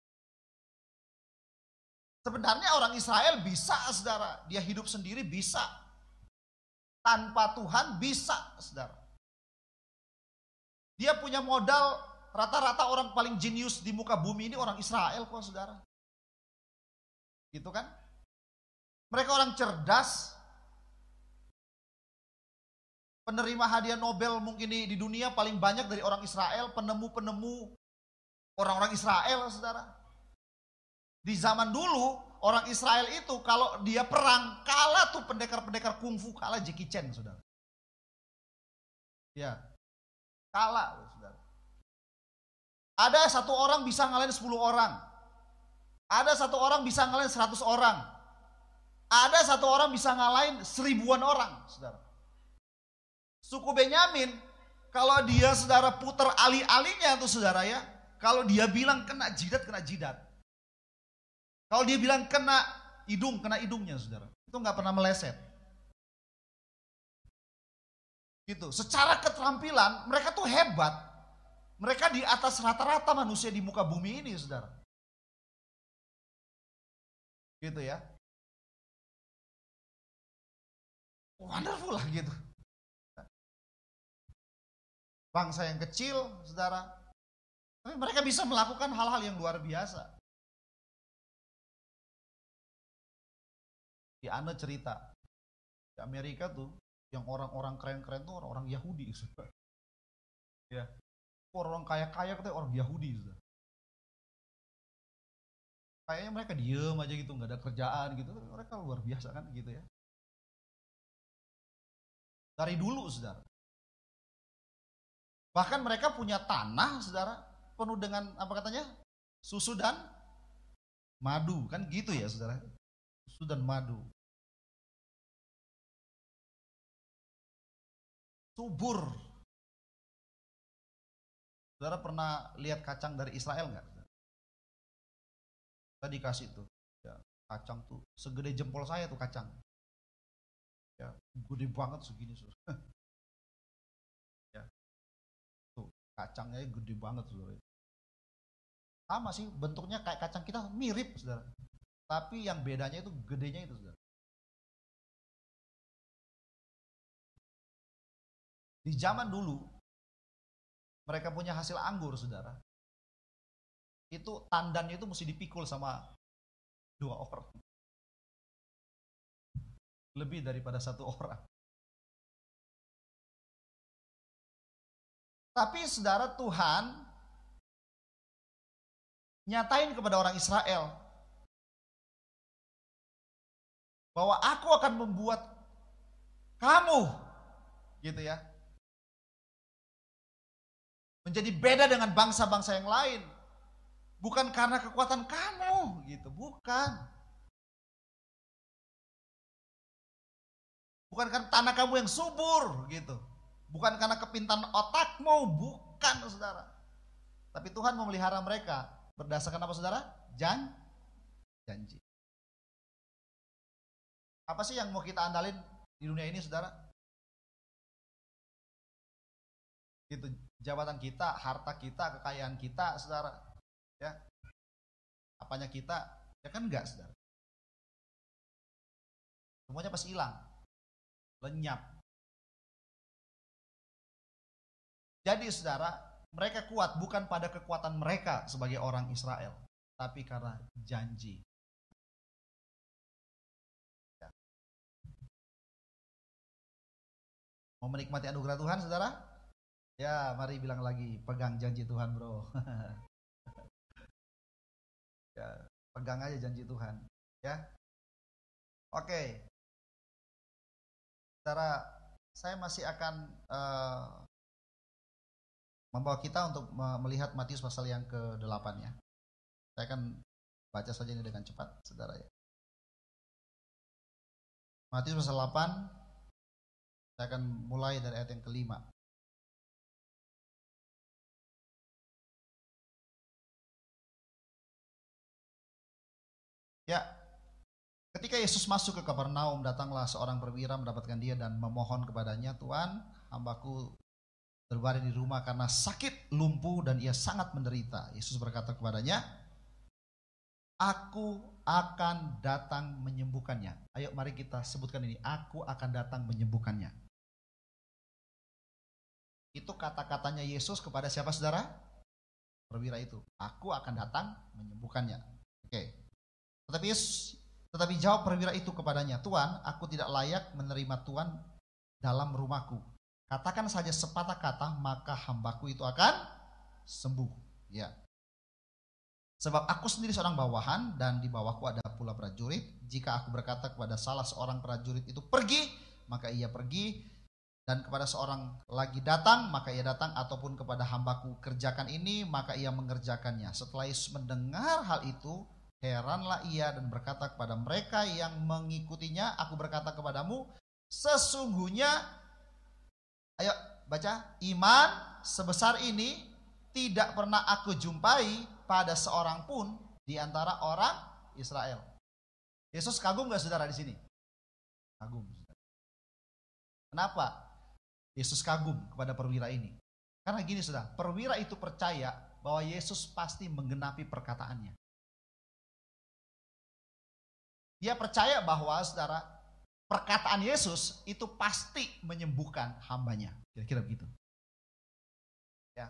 Sebenarnya orang Israel bisa, saudara. Dia hidup sendiri bisa. Tanpa Tuhan bisa, saudara. Dia punya modal, rata-rata orang paling jenius di muka bumi ini orang Israel kok, saudara. Gitu kan? Mereka orang cerdas. Penerima hadiah Nobel mungkin di, di dunia paling banyak dari orang Israel. Penemu-penemu orang-orang Israel, saudara. Di zaman dulu, orang Israel itu kalau dia perang, kalah tuh pendekar-pendekar kungfu, kalah Jackie Chan, saudara. Ya, kalah, saudara. Ada satu orang bisa ngalahin sepuluh orang. Ada satu orang bisa ngalahin seratus orang. Ada satu orang bisa ngalahin seribuan orang, saudara. Suku Benyamin, kalau dia, saudara, putar ali-alinya tuh, saudara, ya. Kalau dia bilang kena jidat, kena jidat. Kalau dia bilang kena hidung, kena hidungnya, saudara. Itu nggak pernah meleset. Gitu. Secara keterampilan mereka tuh hebat. Mereka di atas rata-rata manusia di muka bumi ini, saudara. Gitu ya. Wonderful lah gitu. Bangsa yang kecil, saudara. Tapi mereka bisa melakukan hal-hal yang luar biasa. Di Ana cerita, di Amerika tuh, yang orang-orang keren-keren tuh orang-orang Yahudi. Saudara. Ya, orang kaya-kaya katanya orang Yahudi. Saudara. Kayaknya mereka diem aja gitu, nggak ada kerjaan gitu. Mereka luar biasa kan gitu ya. Dari dulu, saudara. Bahkan mereka punya tanah, saudara, penuh dengan apa katanya, susu dan madu, kan gitu ya, saudara. Susu dan madu. Subur. Saudara pernah lihat kacang dari Israel nggak? Kita dikasih tuh, ya, kacang tuh segede jempol saya tuh kacang. Ya, gede banget segini, saudara. Ya, tuh kacangnya gede banget, saudara. Sama sih bentuknya kayak kacang kita, mirip, saudara. Tapi yang bedanya itu gedenya itu, saudara. Di zaman dulu, mereka punya hasil anggur, saudara. Itu tandannya itu mesti dipikul sama dua orang. Lebih daripada satu orang. Tapi, saudara, Tuhan nyatain kepada orang Israel bahwa aku akan membuat kamu, gitu ya, menjadi beda dengan bangsa-bangsa yang lain. Bukan karena kekuatan kamu, gitu, bukan. Bukan karena tanah kamu yang subur, gitu. Bukan karena kepintaran otakmu, bukan, saudara. Tapi Tuhan memelihara mereka berdasarkan apa, saudara? Jan, janji. Apa sih yang mau kita andalin di dunia ini, saudara? Gitu, jabatan kita, harta kita, kekayaan kita, saudara. Ya, apanya kita? Ya kan enggak, saudara. Semuanya pasti hilang, lenyap. Jadi, saudara, mereka kuat bukan pada kekuatan mereka sebagai orang Israel, tapi karena janji. Ya. Mau menikmati anugerah Tuhan, saudara? Ya, mari bilang lagi, pegang janji Tuhan, bro. Ya, pegang aja janji Tuhan. Ya, oke. Saudara, saya masih akan uh, membawa kita untuk melihat Matius pasal yang ke delapan ya. Saya akan baca saja ini dengan cepat, saudara ya. Matius pasal delapan, saya akan mulai dari ayat yang kelima. Ya, ketika Yesus masuk ke Kapernaum, datanglah seorang perwira mendapatkan dia dan memohon kepadanya, Tuhan, hambaku berbaring di rumah karena sakit, lumpuh, dan ia sangat menderita. Yesus berkata kepadanya, aku akan datang menyembuhkannya. Ayo mari kita sebutkan ini, aku akan datang menyembuhkannya. Itu kata-katanya Yesus kepada siapa, saudara? Perwira itu, aku akan datang menyembuhkannya. Oke. Tetapi Yesus, tetapi jawab perwira itu kepadanya, Tuhan, aku tidak layak menerima Tuhan dalam rumahku. Katakan saja sepatah kata, maka hambaku itu akan sembuh. Ya. Sebab aku sendiri seorang bawahan dan di bawahku ada pula prajurit. Jika aku berkata kepada salah seorang prajurit itu pergi, maka ia pergi. Dan kepada seorang lagi datang, maka ia datang. Ataupun kepada hambaku kerjakan ini, maka ia mengerjakannya. Setelah Yesus mendengar hal itu, heranlah ia dan berkata kepada mereka yang mengikutinya, aku berkata kepadamu, sesungguhnya, ayo baca, iman sebesar ini tidak pernah aku jumpai pada seorang pun di antara orang Israel. Yesus kagum gak saudara di sini? Kagum. Kenapa Yesus kagum kepada perwira ini? Karena gini saudara, perwira itu percaya bahwa Yesus pasti menggenapi perkataannya. Dia percaya bahwa saudara, perkataan Yesus itu pasti menyembuhkan hambanya. Kira-kira begitu. Ya.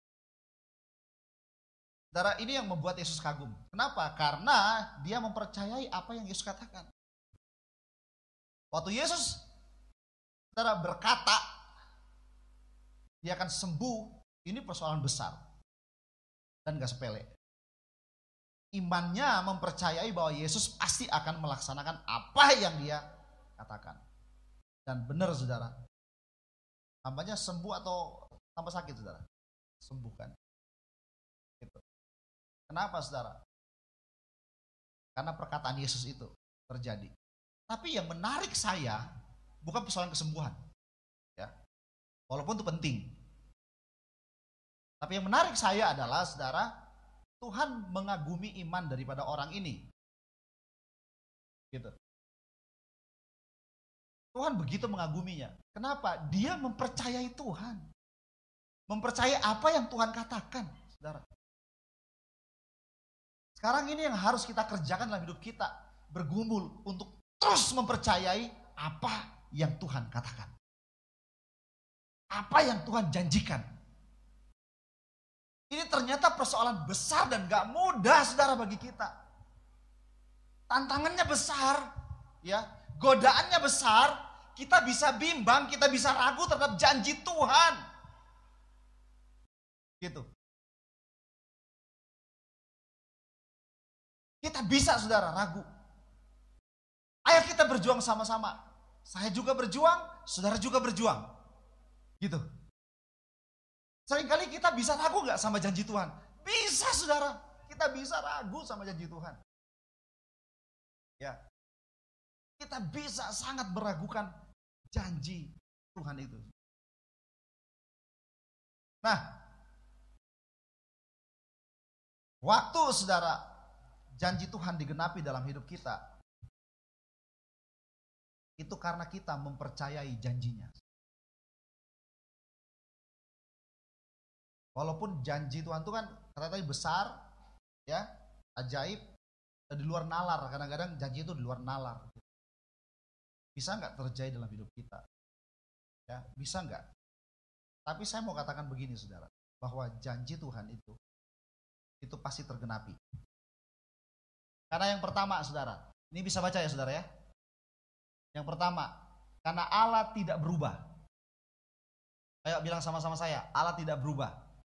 Saudara, ini yang membuat Yesus kagum. Kenapa? Karena dia mempercayai apa yang Yesus katakan. Waktu Yesus saudara berkata, dia akan sembuh, ini persoalan besar. Dan gak sepele. Imannya mempercayai bahwa Yesus pasti akan melaksanakan apa yang dia katakan. Dan benar saudara, hambanya sembuh atau tambah sakit saudara? Sembuh kan? Gitu. Kenapa saudara? Karena perkataan Yesus itu terjadi. Tapi yang menarik saya bukan persoalan kesembuhan, ya, walaupun itu penting. Tapi yang menarik saya adalah saudara, Tuhan mengagumi iman daripada orang ini. Gitu. Tuhan begitu mengaguminya. Kenapa? Dia mempercayai Tuhan. Mempercayai apa yang Tuhan katakan, saudara. Sekarang ini yang harus kita kerjakan dalam hidup kita. Bergumul untuk terus mempercayai apa yang Tuhan katakan. Apa yang Tuhan janjikan. Ini ternyata persoalan besar dan gak mudah saudara bagi kita. Tantangannya besar, ya, godaannya besar, kita bisa bimbang, kita bisa ragu terhadap janji Tuhan. Gitu. Kita bisa saudara ragu. Ayo kita berjuang sama-sama. Saya juga berjuang, saudara juga berjuang. Gitu. Seringkali kita bisa ragu gak sama janji Tuhan? Bisa saudara, kita bisa ragu sama janji Tuhan. Ya, kita bisa sangat meragukan janji Tuhan itu. Nah, waktu saudara janji Tuhan digenapi dalam hidup kita, itu karena kita mempercayai janjinya. Walaupun janji Tuhan itu kan katanya besar, ya, ajaib, di luar nalar. Kadang-kadang janji itu di luar nalar. Bisa nggak terjadi dalam hidup kita? Ya, bisa nggak? Tapi saya mau katakan begini, saudara, bahwa janji Tuhan itu, itu pasti tergenapi. Karena yang pertama saudara, ini bisa baca ya saudara ya. Yang pertama, karena Allah tidak berubah. Ayo bilang sama-sama saya, Allah tidak berubah.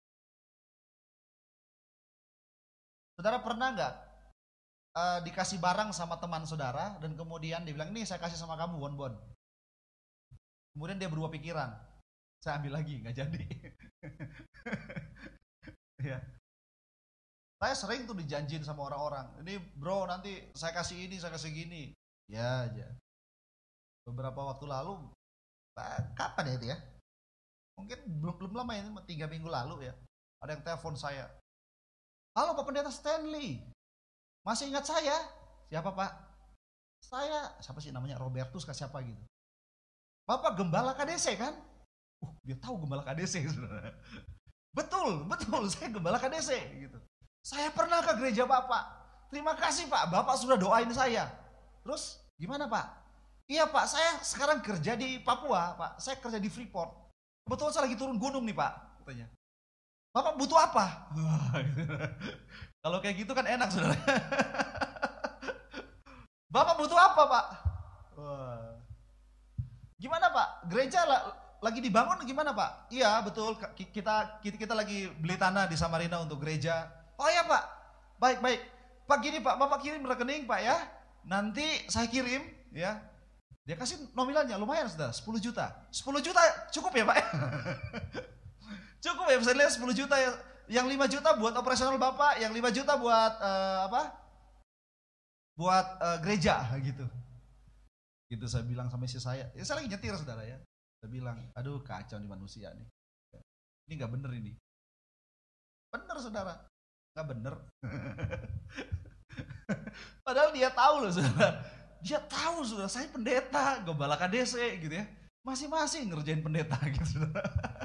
Saudara pernah nggak uh, dikasih barang sama teman saudara dan kemudian dia bilang, ini saya kasih sama kamu bon-bon. Kemudian dia berubah pikiran, saya ambil lagi, nggak jadi. Ya. Saya sering tuh dijanjiin sama orang-orang, ini bro nanti saya kasih ini, saya kasih gini. Ya aja. Beberapa waktu lalu, kapan ya itu ya? Mungkin belum belum lama ini, tiga minggu lalu ya. Ada yang telepon saya. Halo Pak Pendeta Stanley, masih ingat saya? Siapa Pak? Saya, siapa sih namanya, Robertus kah siapa gitu. Bapak Gembala K D C kan? Uh, dia tahu Gembala K D C. Betul, betul, saya Gembala K D C gitu. Saya pernah ke gereja Bapak. Terima kasih Pak, Bapak sudah doain saya. Terus gimana Pak? Iya Pak, saya sekarang kerja di Papua Pak. Saya kerja di Freeport. Kebetulan saya lagi turun gunung nih Pak, katanya. Bapak butuh apa? Kalau kayak gitu kan enak saudara. Bapak butuh apa Pak? Wah. Gimana Pak? Gereja lagi dibangun gimana Pak? Iya betul, kita kita, kita lagi beli tanah di Samarinda untuk gereja. Oh iya Pak, baik baik. Pak gini Pak, Bapak kirim rekening Pak ya. Nanti saya kirim ya. Dia kasih nominalnya lumayan saudara, sepuluh juta. sepuluh juta cukup ya Pak? Cukup ya, bisa lihat sepuluh juta ya. Yang lima juta buat operasional Bapak, yang lima juta buat uh, apa? Buat uh, gereja gitu. Gitu saya bilang sama istri saya. Ya saya lagi nyetir saudara ya. Saya bilang, aduh kacau nih manusia nih. Ini nggak bener ini. Bener saudara, nggak bener. Padahal dia tahu loh saudara. Dia tahu saudara, saya pendeta, Gembala K D C gitu ya. Masing-masing ngerjain pendeta gitu saudara.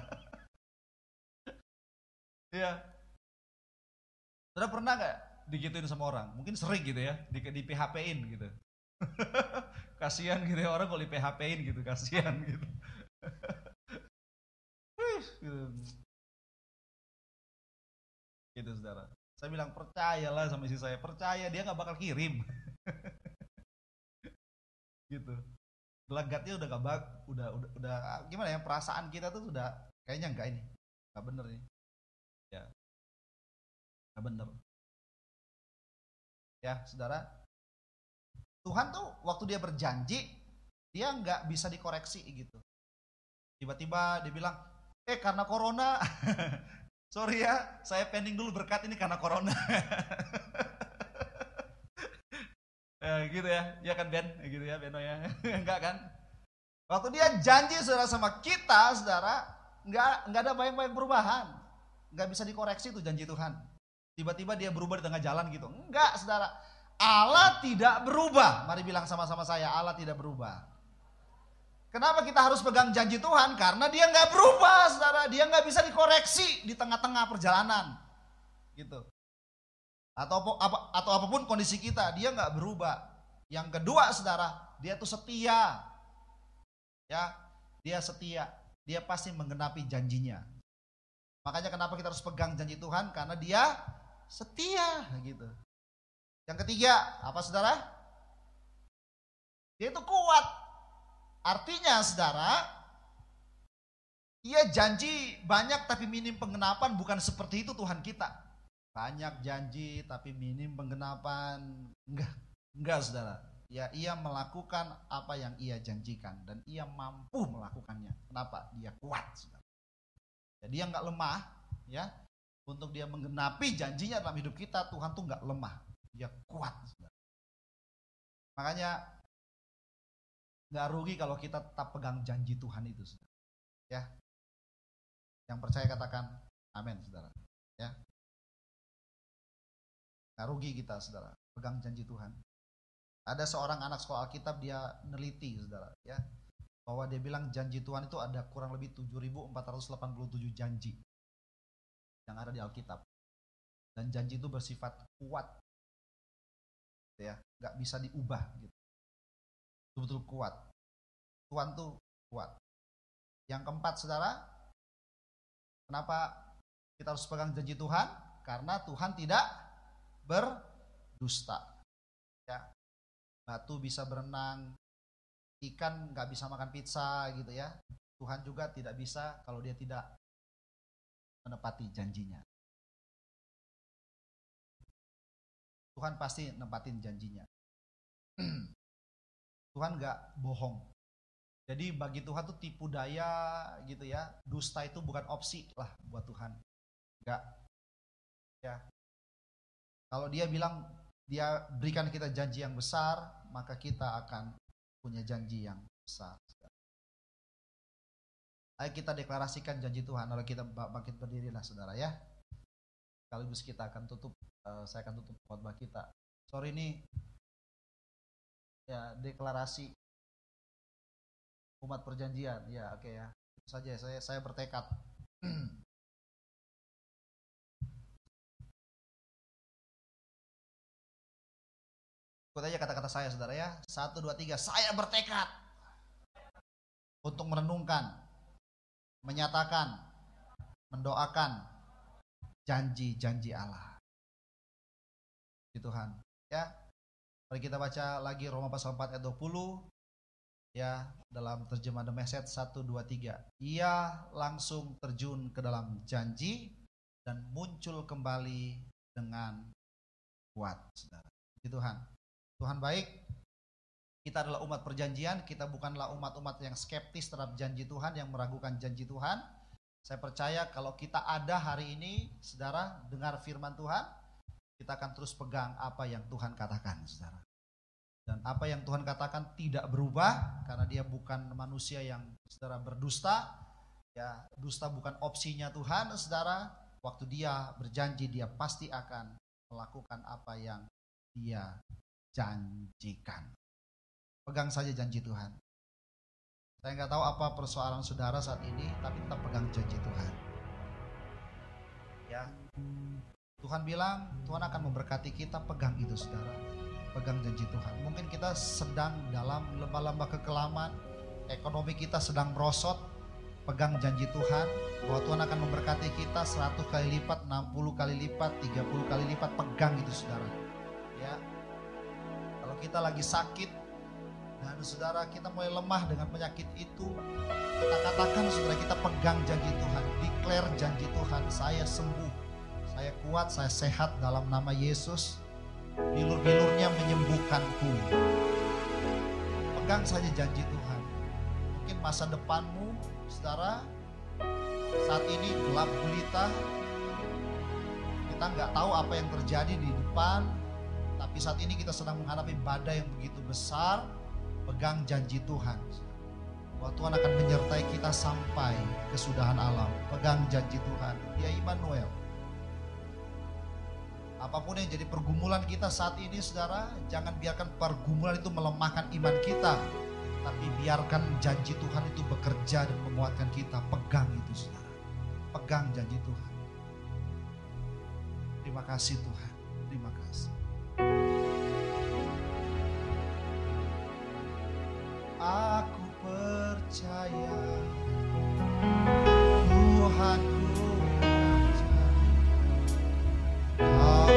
Ya. Saudara pernah nggak digituin sama orang? Mungkin sering gitu ya, di, di P H P-in gitu. Kasihan gitu ya, orang kalau di P H P-in gitu, kasihan gitu. gitu. Gitu saudara. Saya bilang percayalah sama istri saya, percaya dia nggak bakal kirim. Gitu. Gelagatnya udah gak bak, udah udah udah gimana ya, perasaan kita tuh sudah kayaknya enggak ini, nggak bener nih. Ya, nggak bener. Ya, saudara. Tuhan tuh waktu dia berjanji, dia nggak bisa dikoreksi gitu. Tiba-tiba dia bilang, eh karena corona, sorry ya, saya pending dulu berkat ini karena corona. Ya, gitu ya, ya kan Ben, gitu ya Beno ya, enggak kan? Waktu dia janji saudara sama kita, saudara, nggak nggak ada banyak-banyak perubahan. Nggak bisa dikoreksi tuh janji Tuhan. Tiba-tiba dia berubah di tengah jalan gitu. Enggak saudara. Allah tidak berubah. Mari bilang sama-sama saya, Allah tidak berubah. Kenapa kita harus pegang janji Tuhan? Karena dia nggak berubah saudara. Dia nggak bisa dikoreksi di tengah-tengah perjalanan. Gitu. Atau, apa, atau apapun kondisi kita, dia nggak berubah. Yang kedua saudara, dia tuh setia. Ya, dia setia. Dia pasti menggenapi janjinya. Makanya kenapa kita harus pegang janji Tuhan? Karena dia setia gitu. Yang ketiga, apa saudara? Dia itu kuat. Artinya saudara, dia janji banyak tapi minim penggenapan, bukan seperti itu Tuhan kita. Banyak janji tapi minim penggenapan. Enggak, enggak saudara. Ya, ia melakukan apa yang ia janjikan dan ia mampu melakukannya. Kenapa? Dia kuat saudara. Ya, dia nggak lemah, ya, untuk dia menggenapi janjinya dalam hidup kita. Tuhan tuh nggak lemah, dia kuat. Makanya nggak rugi kalau kita tetap pegang janji Tuhan itu, saudara. Ya, yang percaya katakan amin, saudara. Ya, nggak rugi kita, saudara, pegang janji Tuhan. Ada seorang anak sekolah Alkitab, dia neliti, saudara, ya, bahwa dia bilang janji Tuhan itu ada kurang lebih tujuh ribu empat ratus delapan puluh tujuh janji yang ada di Alkitab. Dan janji itu bersifat kuat, ya, nggak bisa diubah gitu. Betul-betul kuat. Tuhan tuh kuat. Yang keempat saudara, kenapa kita harus pegang janji Tuhan? Karena Tuhan tidak berdusta. Ya, batu bisa berenang, ikan nggak bisa makan pizza gitu ya. Tuhan juga tidak bisa kalau dia tidak menepati janjinya. Tuhan pasti nempatin janjinya. Tuhan nggak bohong. Jadi bagi Tuhan tuh tipu daya gitu ya, dusta itu bukan opsi lah buat Tuhan. Nggak. Ya. Kalau dia bilang dia berikan kita janji yang besar, maka kita akan punya janji yang besar. Ayo kita deklarasikan janji Tuhan. Lalu kita bangkit berdirilah saudara ya. Sekaligus kita akan tutup, uh, saya akan tutup khotbah kita. Sorry ini ya deklarasi umat perjanjian. Ya oke okay ya. Itu saja saya saya bertekad. Ikut aja kata-kata saya saudara ya. Satu, dua, tiga. Saya bertekad untuk merenungkan, menyatakan, mendoakan janji-janji Allah. Di Tuhan. Ya. Mari kita baca lagi Roma pasal empat ayat dua puluh. Ya, dalam terjemahan The Message satu, dua, tiga. Ia langsung terjun ke dalam janji dan muncul kembali dengan kuat, saudara. Di Tuhan. Tuhan baik, kita adalah umat perjanjian, kita bukanlah umat-umat yang skeptis terhadap janji Tuhan, yang meragukan janji Tuhan. Saya percaya kalau kita ada hari ini, saudara, dengar firman Tuhan, kita akan terus pegang apa yang Tuhan katakan, saudara. Dan apa yang Tuhan katakan tidak berubah, karena dia bukan manusia yang, saudara, berdusta. Ya, dusta bukan opsinya Tuhan, saudara. Waktu dia berjanji, dia pasti akan melakukan apa yang dia janjikan. Pegang saja janji Tuhan. Saya nggak tahu apa persoalan saudara saat ini, tapi tetap pegang janji Tuhan. Ya, Tuhan bilang Tuhan akan memberkati kita, pegang itu saudara. Pegang janji Tuhan. Mungkin kita sedang dalam lembah-lembah kekelaman, ekonomi kita sedang merosot. Pegang janji Tuhan bahwa Tuhan akan memberkati kita seratus kali lipat, enam puluh kali lipat, tiga puluh kali lipat. Pegang itu saudara. Ya. Kalau kita lagi sakit dan saudara kita mulai lemah dengan penyakit itu, kita katakan saudara, kita pegang janji Tuhan, declare janji Tuhan, saya sembuh, saya kuat, saya sehat dalam nama Yesus, bilur-bilurnya menyembuhkanku. Pegang saja janji Tuhan. Mungkin masa depanmu saudara saat ini gelap gulita, kita nggak tahu apa yang terjadi di depan. Tapi saat ini kita sedang menghadapi badai yang begitu besar. Pegang janji Tuhan bahwa Tuhan akan menyertai kita sampai kesudahan alam. Pegang janji Tuhan, Dia Immanuel. Apapun yang jadi pergumulan kita saat ini saudara, jangan biarkan pergumulan itu melemahkan iman kita, tapi biarkan janji Tuhan itu bekerja dan menguatkan kita. Pegang itu saudara, pegang janji Tuhan. Terima kasih Tuhan, terima kasih. Aku percaya Tuhanku Kau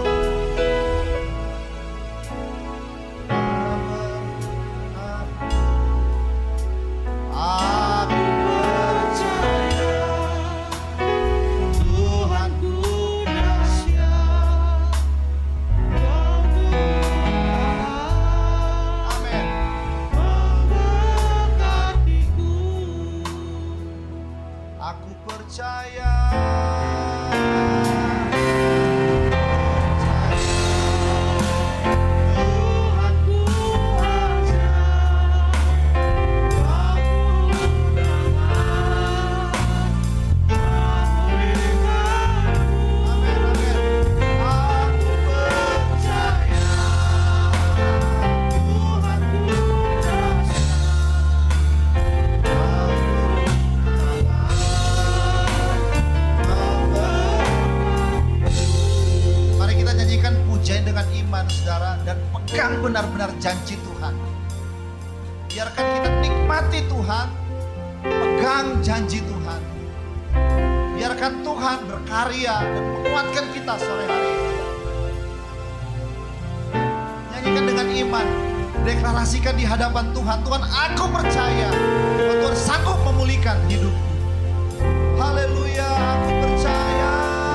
Aku percaya Tuhanku dahsyat. Amin. Aku percaya Tuhanku ajaib, kemuliaan, kemuliaan. Amin, amin. Aku percaya Tuhanku dahsyat. Mari kita nyanyikan pujian dengan iman saudara, dan pegang benar-benar janji Tuhan. Biarkan kita nikmati Tuhan, pegang janji Tuhan. Biarkan Tuhan berkarya dan menguatkan kita sore hari ini. Nyanyi deklarasikan dengan iman. Deklarasikan di hadapan Tuhan. Tuhan, aku percaya bahwa Tuhan sanggup memulihkan hidupku. Haleluya, aku percaya.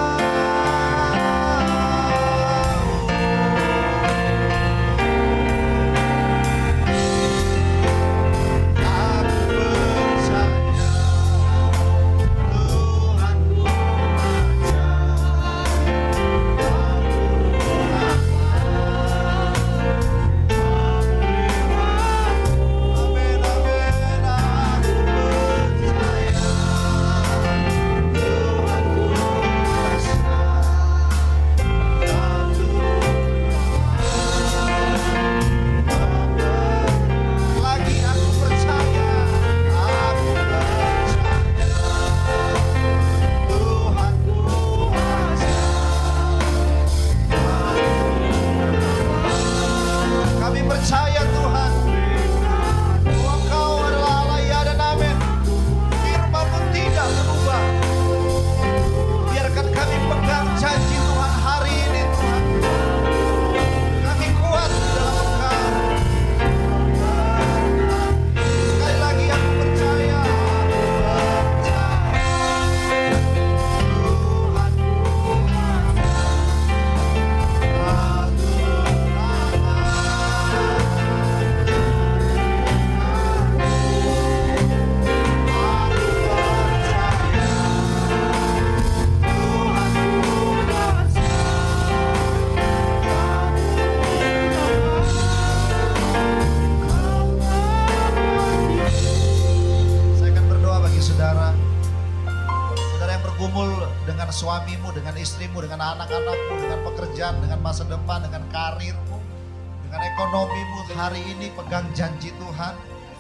Suamimu, dengan istrimu, dengan anak-anakmu, dengan pekerjaan, dengan masa depan, dengan karirmu, dengan ekonomimu. Hari ini pegang janji Tuhan.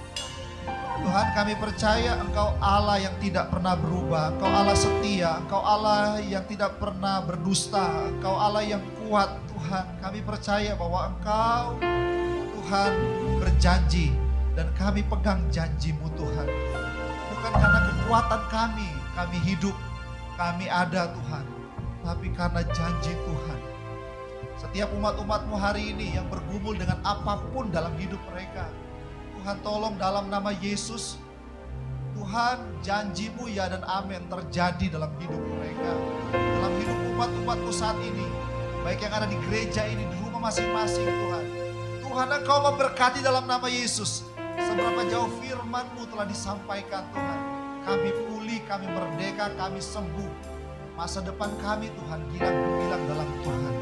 Tuhan, kami percaya Engkau Allah yang tidak pernah berubah. Engkau Allah setia, Engkau Allah yang tidak pernah berdusta, Engkau Allah yang kuat. Tuhan, kami percaya bahwa Engkau Tuhan berjanji dan kami pegang janji-Mu Tuhan. Bukan karena kekuatan kami, kami hidup, kami ada Tuhan, tapi karena janji Tuhan. Setiap umat-umat-Mu hari ini yang bergumul dengan apapun dalam hidup mereka, Tuhan tolong dalam nama Yesus, Tuhan janji-Mu ya dan amin terjadi dalam hidup mereka. Dalam hidup umat-umat-Mu saat ini, baik yang ada di gereja ini, di rumah masing-masing Tuhan. Tuhan, Engkau memberkati dalam nama Yesus. Seberapa jauh firman-Mu telah disampaikan Tuhan. Kami pulih, kami merdeka, kami sembuh. Masa depan kami Tuhan gilang gemilang dalam Tuhan.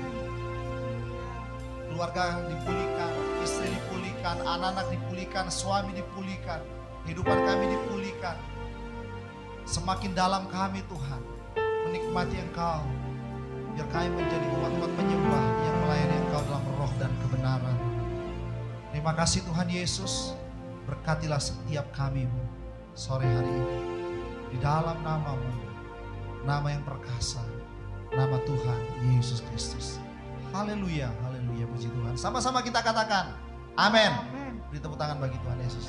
Keluarga dipulihkan, istri dipulihkan, anak-anak dipulihkan, suami dipulihkan. Kehidupan kami dipulihkan. Semakin dalam kami Tuhan menikmati Engkau. Biar kami menjadi umat-umat penyembah yang melayani Engkau dalam roh dan kebenaran. Terima kasih Tuhan Yesus. Berkatilah setiap kami sore hari ini. Di dalam nama-Mu, nama yang perkasa, nama Tuhan Yesus Kristus. Haleluya, haleluya, puji Tuhan. Sama-sama kita katakan, amin. Beri tepuk tangan bagi Tuhan Yesus.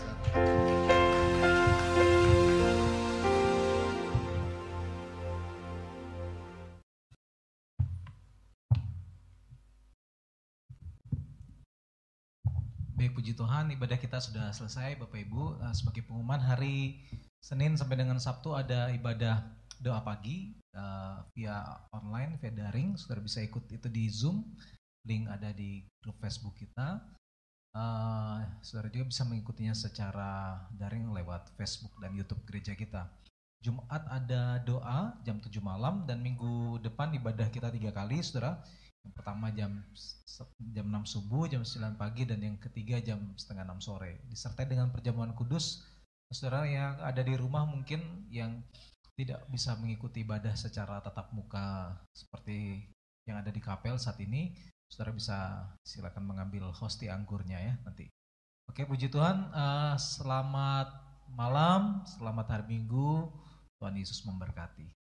Baik, puji Tuhan, ibadah kita sudah selesai Bapak Ibu. Sebagai pengumuman, hari Senin sampai dengan Sabtu ada ibadah doa pagi uh, via online, via daring. Saudara bisa ikut itu di Zoom, link ada di grup Facebook kita. Uh, saudara juga bisa mengikutinya secara daring lewat Facebook dan YouTube gereja kita. Jumat ada doa jam tujuh malam dan minggu depan ibadah kita tiga kali, saudara. Yang pertama jam jam enam subuh, jam sembilan pagi, dan yang ketiga jam setengah enam sore. Disertai dengan perjamuan kudus. Saudara yang ada di rumah mungkin yang tidak bisa mengikuti ibadah secara tatap muka seperti yang ada di kapel saat ini, saudara bisa silakan mengambil hosti anggurnya ya nanti. Oke, puji Tuhan, uh, selamat malam, selamat hari Minggu, Tuhan Yesus memberkati.